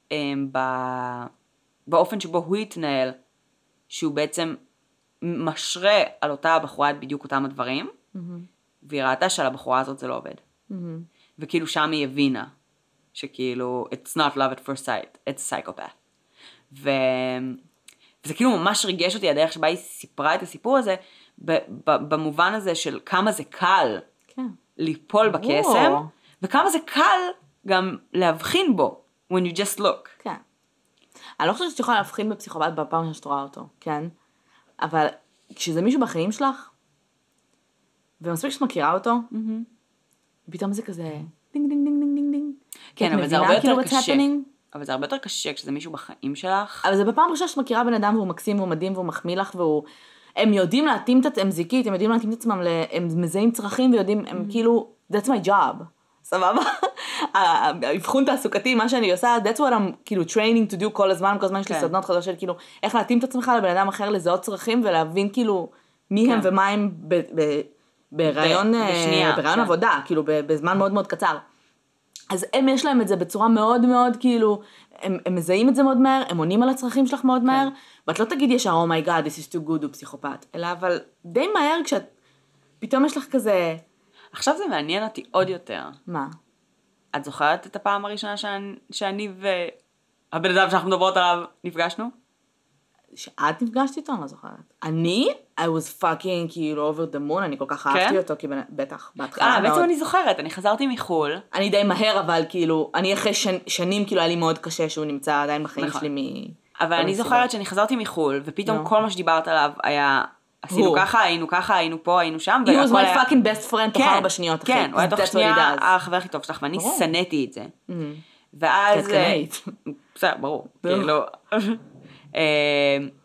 באופן שבו הוא התנהל, שהוא בעצם משרה על אותה הבחורה בדיוק אותם הדברים, והיא ראתה שעל הבחורה הזאת זה לא עובד. וכאילו שם היא הבינה, שכאילו, it's not love at first sight, it's a psychopath. וזה כאילו ממש ריגש אותי הדרך שבה היא סיפרה את הסיפור הזה, במובן הזה של כמה זה קל ליפול בקסם, וכמה זה קל גם להבחין בו, when you just look. כן. אני לא חושבת שאת יכולה להבחין בפסיכופת בפעם שאת רואה אותו, כן? אבל כשזה מישהו בחיים שלך, ומספיק שאת מכירה אותו, פתאום זה כזה דינג דינג דינג דינג דינג דינג. כן, אבל זה הרבה יותר קשה. אבל זה הרבה יותר קשה כשזה מישהו בחיים שלך. אבל זה בפעם ראשונה שאת מכירה בן אדם והוא מקסים והוא מדהים והוא מחמיא לך והוא... הם יודעים להתאים את עצמם זיקית, הם יודעים להתאים את עצמם, הם מזהים צרכים ויודעים, הם כאילו, that's my job. סבבה? האבחון תעסוקתי, מה שאני עושה, that's what I'm כאילו training to do כל הזמן יש לי סדנות חדשות של כאילו, איך להתאים את עצמך לבן אדם אחר לזהות צרכים ולהבין כאילו מי הם ומה הם ברעיון עבודה, כאילו בזמן מאוד מאוד קצר. אז הם יש להם את זה בצורה מאוד מאוד כאילו, הם מזהים את זה מאוד מהר, הם עונים על הצרכים שלך מאוד מהר, ואת לא תגיד ישר, oh my god, this is too good, הוא פסיכופת, אלא אבל די מהר כשאת, פתאום יש לך כזה... עכשיו זה מעניין אותי עוד יותר. מה? את זוכרת את הפעם הראשונה שאני והבן אדם שאנחנו מדברות עליו נפגשנו? שאת נפגשת איתו? אני לא זוכרת. אני? I was fucking כאילו over the moon, אני כל כך אהבתי אותו, כי בטח, בהתחלה מאוד. בעצם אני זוכרת, אני חזרתי מחול. אני די מהר, אבל כאילו, אני אחרי שנים כאילו היה לי מאוד קשה שהוא נמצא עדיין בחיים שלי אבל אני זוכרת שאני חזרתי מחול, ופתאום כל מה שדיברת עליו היה, עשינו ככה, היינו פה, היינו שם. He was my fucking best friend תוך 4 שניות, אחי. כן, הוא היה תוך שנייה החבר הכי טוב שלך, ואני שנאתי את זה. ואז... בסדר, ברור. כאילו...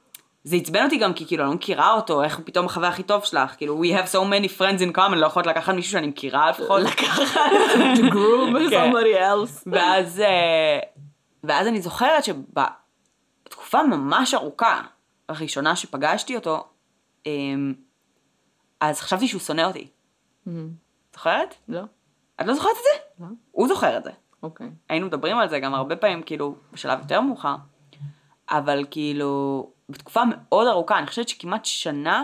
זה עצבן אותי גם כי כאילו אני לא מכירה אותו, איך הוא פתאום החבר הכי טוב שלך, כאילו we have so many friends in common, לא יכולת לקחת מישהו שאני מכירה לפחות. לקחת to groom somebody else. ואז אני זוכרת שבתקופה ממש ארוכה, הראשונה שפגשתי אותו, אז חשבתי שהוא שונא אותי. זוכרת? לא. את לא זוכרת את זה? לא. הוא זוכר את זה. אוקיי. היינו מדברים על זה גם הרבה פעמים, כאילו, בשלב יותר מאוחר. אבל כאילו, בתקופה מאוד ארוכה, אני חושבת שכמעט שנה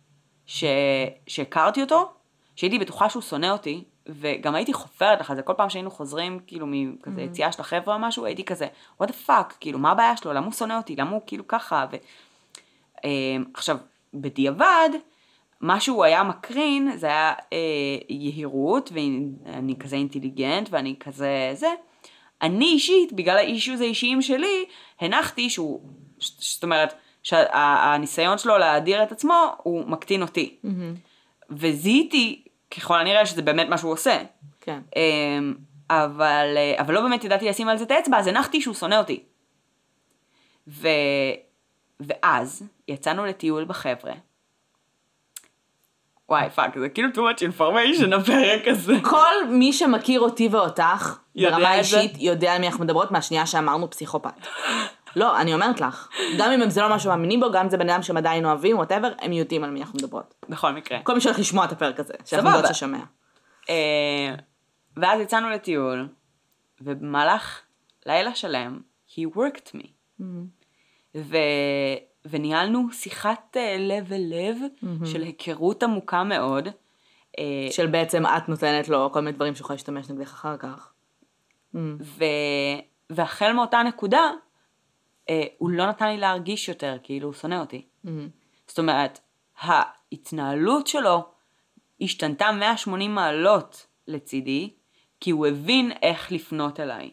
שהכרתי אותו, שהייתי בטוחה שהוא שונא אותי, וגם הייתי חופרת לך, זה כל פעם שהיינו חוזרים, כאילו, מכזה יציאה של החבר'ה או משהו, הייתי כזה, what the fuck, כאילו, מה הבעיה שלו? למה הוא שונא אותי? למה הוא כאילו ככה? עכשיו, בדיעבד, מה שהוא היה מקרין, זה היה יהירות, ואני כזה אינטליגנט, ואני כזה זה. אני אישית, בגלל האישוז האישיים שלי, הנחתי שהוא, זאת אומרת, שהניסיון שלו להאדיר את עצמו, הוא מקטין אותי. וזיהיתי, ככל הנראה, שזה באמת מה שהוא עושה. כן. אבל לא באמת ידעתי לשים על זה את האצבע, אז הנחתי שהוא שונא אותי. ואז יצאנו לטיול בחבר'ה. וואי, פאק, זה כאילו too much information הפרק הזה. כל מי שמכיר אותי ואותך, יודע ברמה את זה? אישית, יודע על מי אנחנו מדברות מהשנייה שאמרנו פסיכופת. לא, אני אומרת לך. גם אם זה לא משהו מאמינים בו, גם אם זה בן אדם שהם עדיין אוהבים, whatever, הם יודעים על מי אנחנו מדברות. בכל מקרה. כל מי שהולך לשמוע את הפרק הזה, שאנחנו סבבה. יודעות ששמע. ואז יצאנו לטיול, ובמהלך לילה שלם, he worked me. וניהלנו שיחת לב אל לב, של היכרות עמוקה מאוד. של בעצם את נותנת לו כל מיני דברים שיכול להשתמש נגדך אחר כך. והחל מאותה נקודה, הוא לא נתן לי להרגיש יותר, כאילו הוא שונא אותי. זאת אומרת, ההתנהלות שלו השתנתה 180 מעלות לצידי, כי הוא הבין איך לפנות אליי.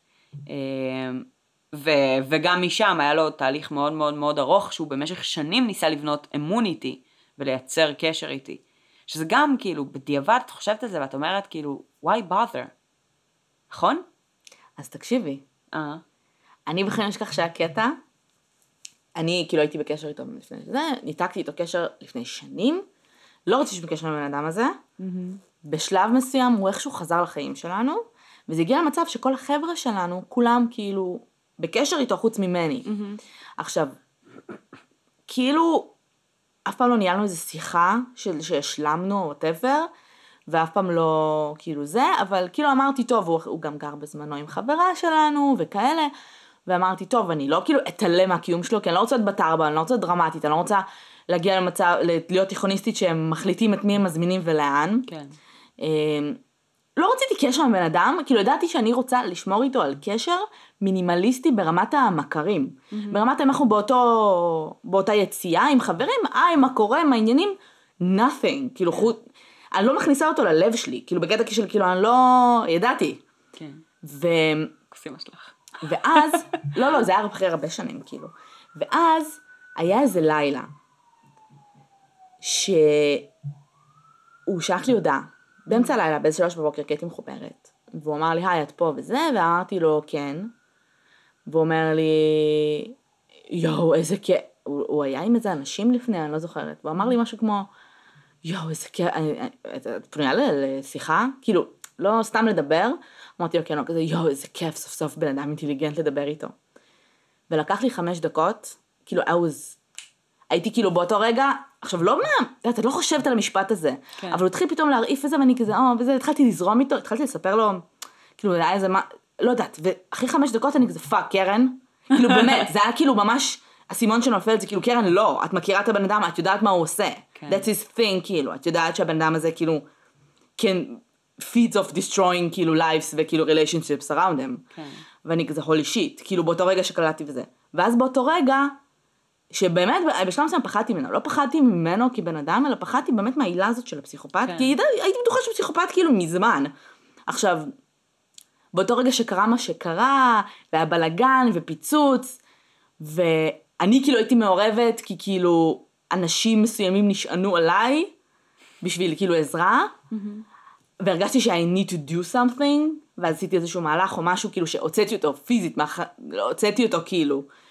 וגם משם היה לו תהליך מאוד מאוד מאוד ארוך, שהוא במשך שנים ניסה לבנות אמון איתי, ולייצר קשר איתי. שזה גם כאילו, בדיעבד את חושבת על זה, ואת אומרת כאילו, why bother? נכון? אז תקשיבי. אני בכלל נשכח שהיה קטע, אני כאילו הייתי בקשר איתו לפני זה, ניתקתי איתו קשר לפני שנים, לא רציתי להיות בקשר עם הבן אדם הזה, בשלב מסוים הוא איכשהו חזר לחיים שלנו, וזה הגיע למצב שכל החבר'ה שלנו, כולם כאילו בקשר איתו חוץ ממני. עכשיו, כאילו, אף פעם לא ניהלנו איזו שיחה שהשלמנו או whatever, ואף פעם לא כאילו זה, אבל כאילו אמרתי, טוב, הוא גם גר בזמנו עם חברה שלנו וכאלה, ואמרתי, טוב, אני לא כאילו אתעלם מהקיום שלו, כי אני לא רוצה להיות בת 4, אני לא רוצה להיות דרמטית, אני לא רוצה להגיע למצב, להיות תיכוניסטית שהם מחליטים את מי הם מזמינים ולאן. כן. לא רציתי קשר עם בן אדם, כאילו ידעתי שאני רוצה לשמור איתו על קשר מינימליסטי ברמת המכרים. ברמת אנחנו באותה יציאה עם חברים, מה קורה, מה העניינים? Nothing. כאילו אני לא מכניסה אותו ללב שלי, כאילו בקטע של כאילו אני לא ידעתי. כן. כוסימה שלך. ואז, לא, זה היה אחרי הרבה שנים, כאילו. ואז היה איזה לילה, שהוא שלח לי הודעה, באמצע הלילה, באיזה 3 בבוקר, כי הייתי מחוברת, והוא אמר לי, היי, את פה וזה, ואמרתי לו, כן, והוא אומר לי, יואו, איזה כיף, הוא היה עם איזה אנשים לפני, אני לא זוכרת, והוא אמר לי משהו כמו, יואו, איזה כיף, את פנויה לשיחה? כאילו, לא סתם לדבר, אמרתי לו, כן, לא, כזה, יואו, איזה כיף, סוף סוף בן אדם אינטליגנט לדבר איתו. ולקח לי 5 דקות, כאילו, הייתי כאילו באותו רגע, עכשיו לא את לא חושבת על המשפט הזה, כן. אבל הוא התחיל פתאום להרעיף את זה, ואני כזה, וזה, התחלתי לזרום איתו, התחלתי לספר לו, כאילו, היה איזה מה, לא יודעת, ואחרי 5 דקות אני כזה, פאק, קרן, כאילו באמת, זה היה כאילו ממש, הסימון שנופל, זה כאילו, קרן, לא, את מכירה את הבן אדם, את יודעת מה הוא עושה, כן. That's his thing, כאילו, את יודעת שהבן אדם הזה, כאילו, can feeds of destroying, כאילו, lives וכאילו relationships around them, כן. ואני כזה, holy shit, כאילו, באותו רגע שקלטתי וזה, ואז באותו רגע, שבאמת, בשלב מסוים פחדתי ממנו, לא פחדתי ממנו כבן אדם, אלא פחדתי באמת מהעילה הזאת של הפסיכופת, כן. כי הייתי בטוחה שפסיכופת כאילו מזמן. עכשיו, באותו רגע שקרה מה שקרה, והיה בלגן ופיצוץ, ואני כאילו הייתי מעורבת, כי כאילו אנשים מסוימים נשענו עליי, בשביל כאילו עזרה, והרגשתי ש- I need to do something, ואז עשיתי איזשהו מהלך או משהו כאילו שהוצאתי אותו פיזית, הוצאתי אותו כאילו,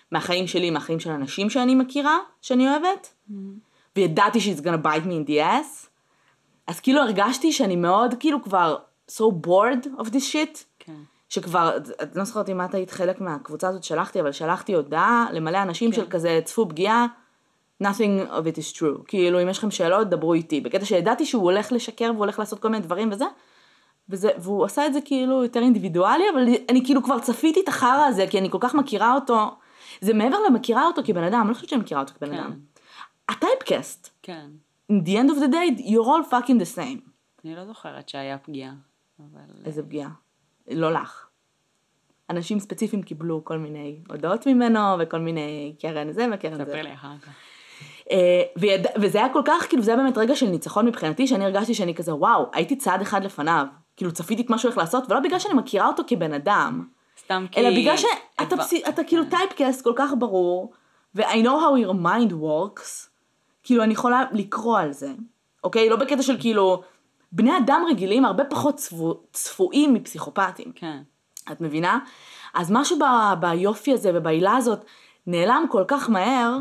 מהחיים שלי, מהחיים של אנשים שאני מכירה, שאני אוהבת, וידעתי she's gonna bite me in the ass, אז כאילו הרגשתי שאני מאוד כאילו כבר so bored of this shit, כן. שכבר, את לא זוכרת אם את היית חלק מהקבוצה הזאת שלחתי, אבל שלחתי הודעה למלא אנשים של כזה צפו פגיעה, nothing of it is true. כאילו, אם יש לכם שאלות, דברו איתי. בקטע שידעתי שהוא הולך לשקר, והוא הולך לעשות כל מיני דברים וזה, והוא עשה את זה כאילו יותר אינדיבידואלי, אבל אני כאילו כבר צפיתי את החרא הזה, כי אני כל כך מכירה אותו. זה מעבר למכירה אותו כבן אדם, אני לא חושבת שאני מכירה אותו כבן אדם. הטייפקאסט. כן. In the end of the day, you're all fucking the same. אני לא זוכרת שהיה פגיעה, אבל... איזה פגיעה? לא לך. אנשים ספציפיים קיבלו כל מיני הודעות ממנו, וכל מיני קרן זה וקרן זה. ספר לי אחר כך. וזה היה כל כך, כאילו זה היה באמת רגע של ניצחון מבחינתי, שאני הרגשתי שאני כזה, וואו, הייתי צעד אחד לפניו. כאילו צפיתי את מה שהוא הולך לעשות, ולא בגלל שאני מכירה אותו כבן אדם. סתם כי... אלא בגלל שאתה כאילו טייפקאסט כל כך ברור, ו- I know how your mind works, כאילו אני יכולה לקרוא על זה, אוקיי? לא בקטע של כאילו, בני אדם רגילים הרבה פחות צפויים מפסיכופטים. כן. את מבינה? אז משהו ביופי הזה ובעילה הזאת נעלם כל כך מהר,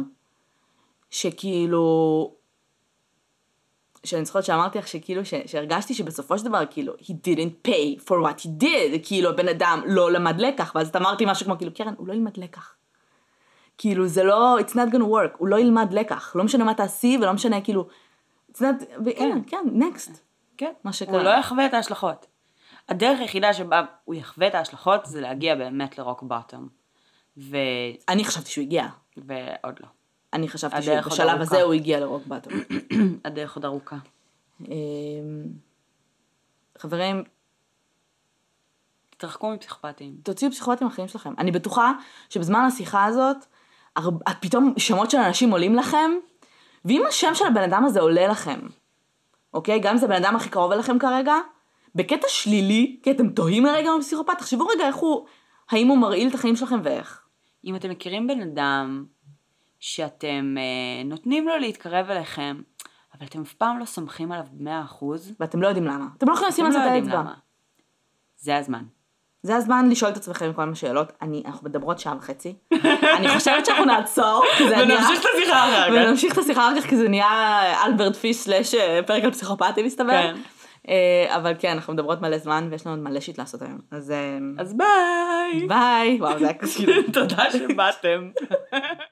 שכאילו, שאני זוכרת שאמרתי לך שכאילו, שהרגשתי שבסופו של דבר, כאילו, he didn't pay for what he did, כאילו, הבן אדם לא למד לקח, ואז את אמרתי משהו כמו, כאילו, קרן, הוא לא ילמד לקח. כאילו, זה לא, it's not gonna work, הוא לא ילמד לקח, לא משנה מה תעשי, ולא משנה, כאילו, it's not, כן, next. כן, מה שקרה. הוא לא יחווה את ההשלכות. הדרך היחידה שבה הוא יחווה את ההשלכות, זה להגיע באמת לרוק בוטום. אני חשבתי שהוא הגיע. ועוד לא. אני חשבתי שבשלב הזה הוא הגיע לרוק בוטום. הדרך עוד ארוכה. חברים, תתרחקו מפסיכופטים. תוציאו פסיכופטים אחרים שלכם. אני בטוחה שבזמן השיחה הזאת, פתאום שמות של אנשים עולים לכם, ואם השם של הבן אדם הזה עולה לכם, אוקיי? גם אם זה הבן אדם הכי קרוב אליכם כרגע, בקטע שלילי, כי אתם תוהים לרגע מפסיכופט, תחשבו רגע איך הוא, האם הוא מרעיל את החיים שלכם ואיך. אם אתם מכירים בן אדם שאתם נותנים לו להתקרב אליכם, אבל אתם אף פעם לא סומכים עליו 100%, ואתם לא יודעים למה. אתם לא יכולים לשים על זה את האצבע. זה הזמן. זה הזמן לשאול את עצמכם כל מיני שאלות. אנחנו מדברות שעה וחצי. אני חושבת שאנחנו נעצור. ונמשיך את השיחה אחר כך. ונמשיך את השיחה אחר כך, כי זה נהיה אלברט פיש / פרק על פסיכופטים מסתבר. כן. אבל כן, אנחנו מדברות מלא זמן, ויש לנו מלא שיט לעשות היום. אז ביי. ביי. וואו, זה היה כזה. תודה שבאתם.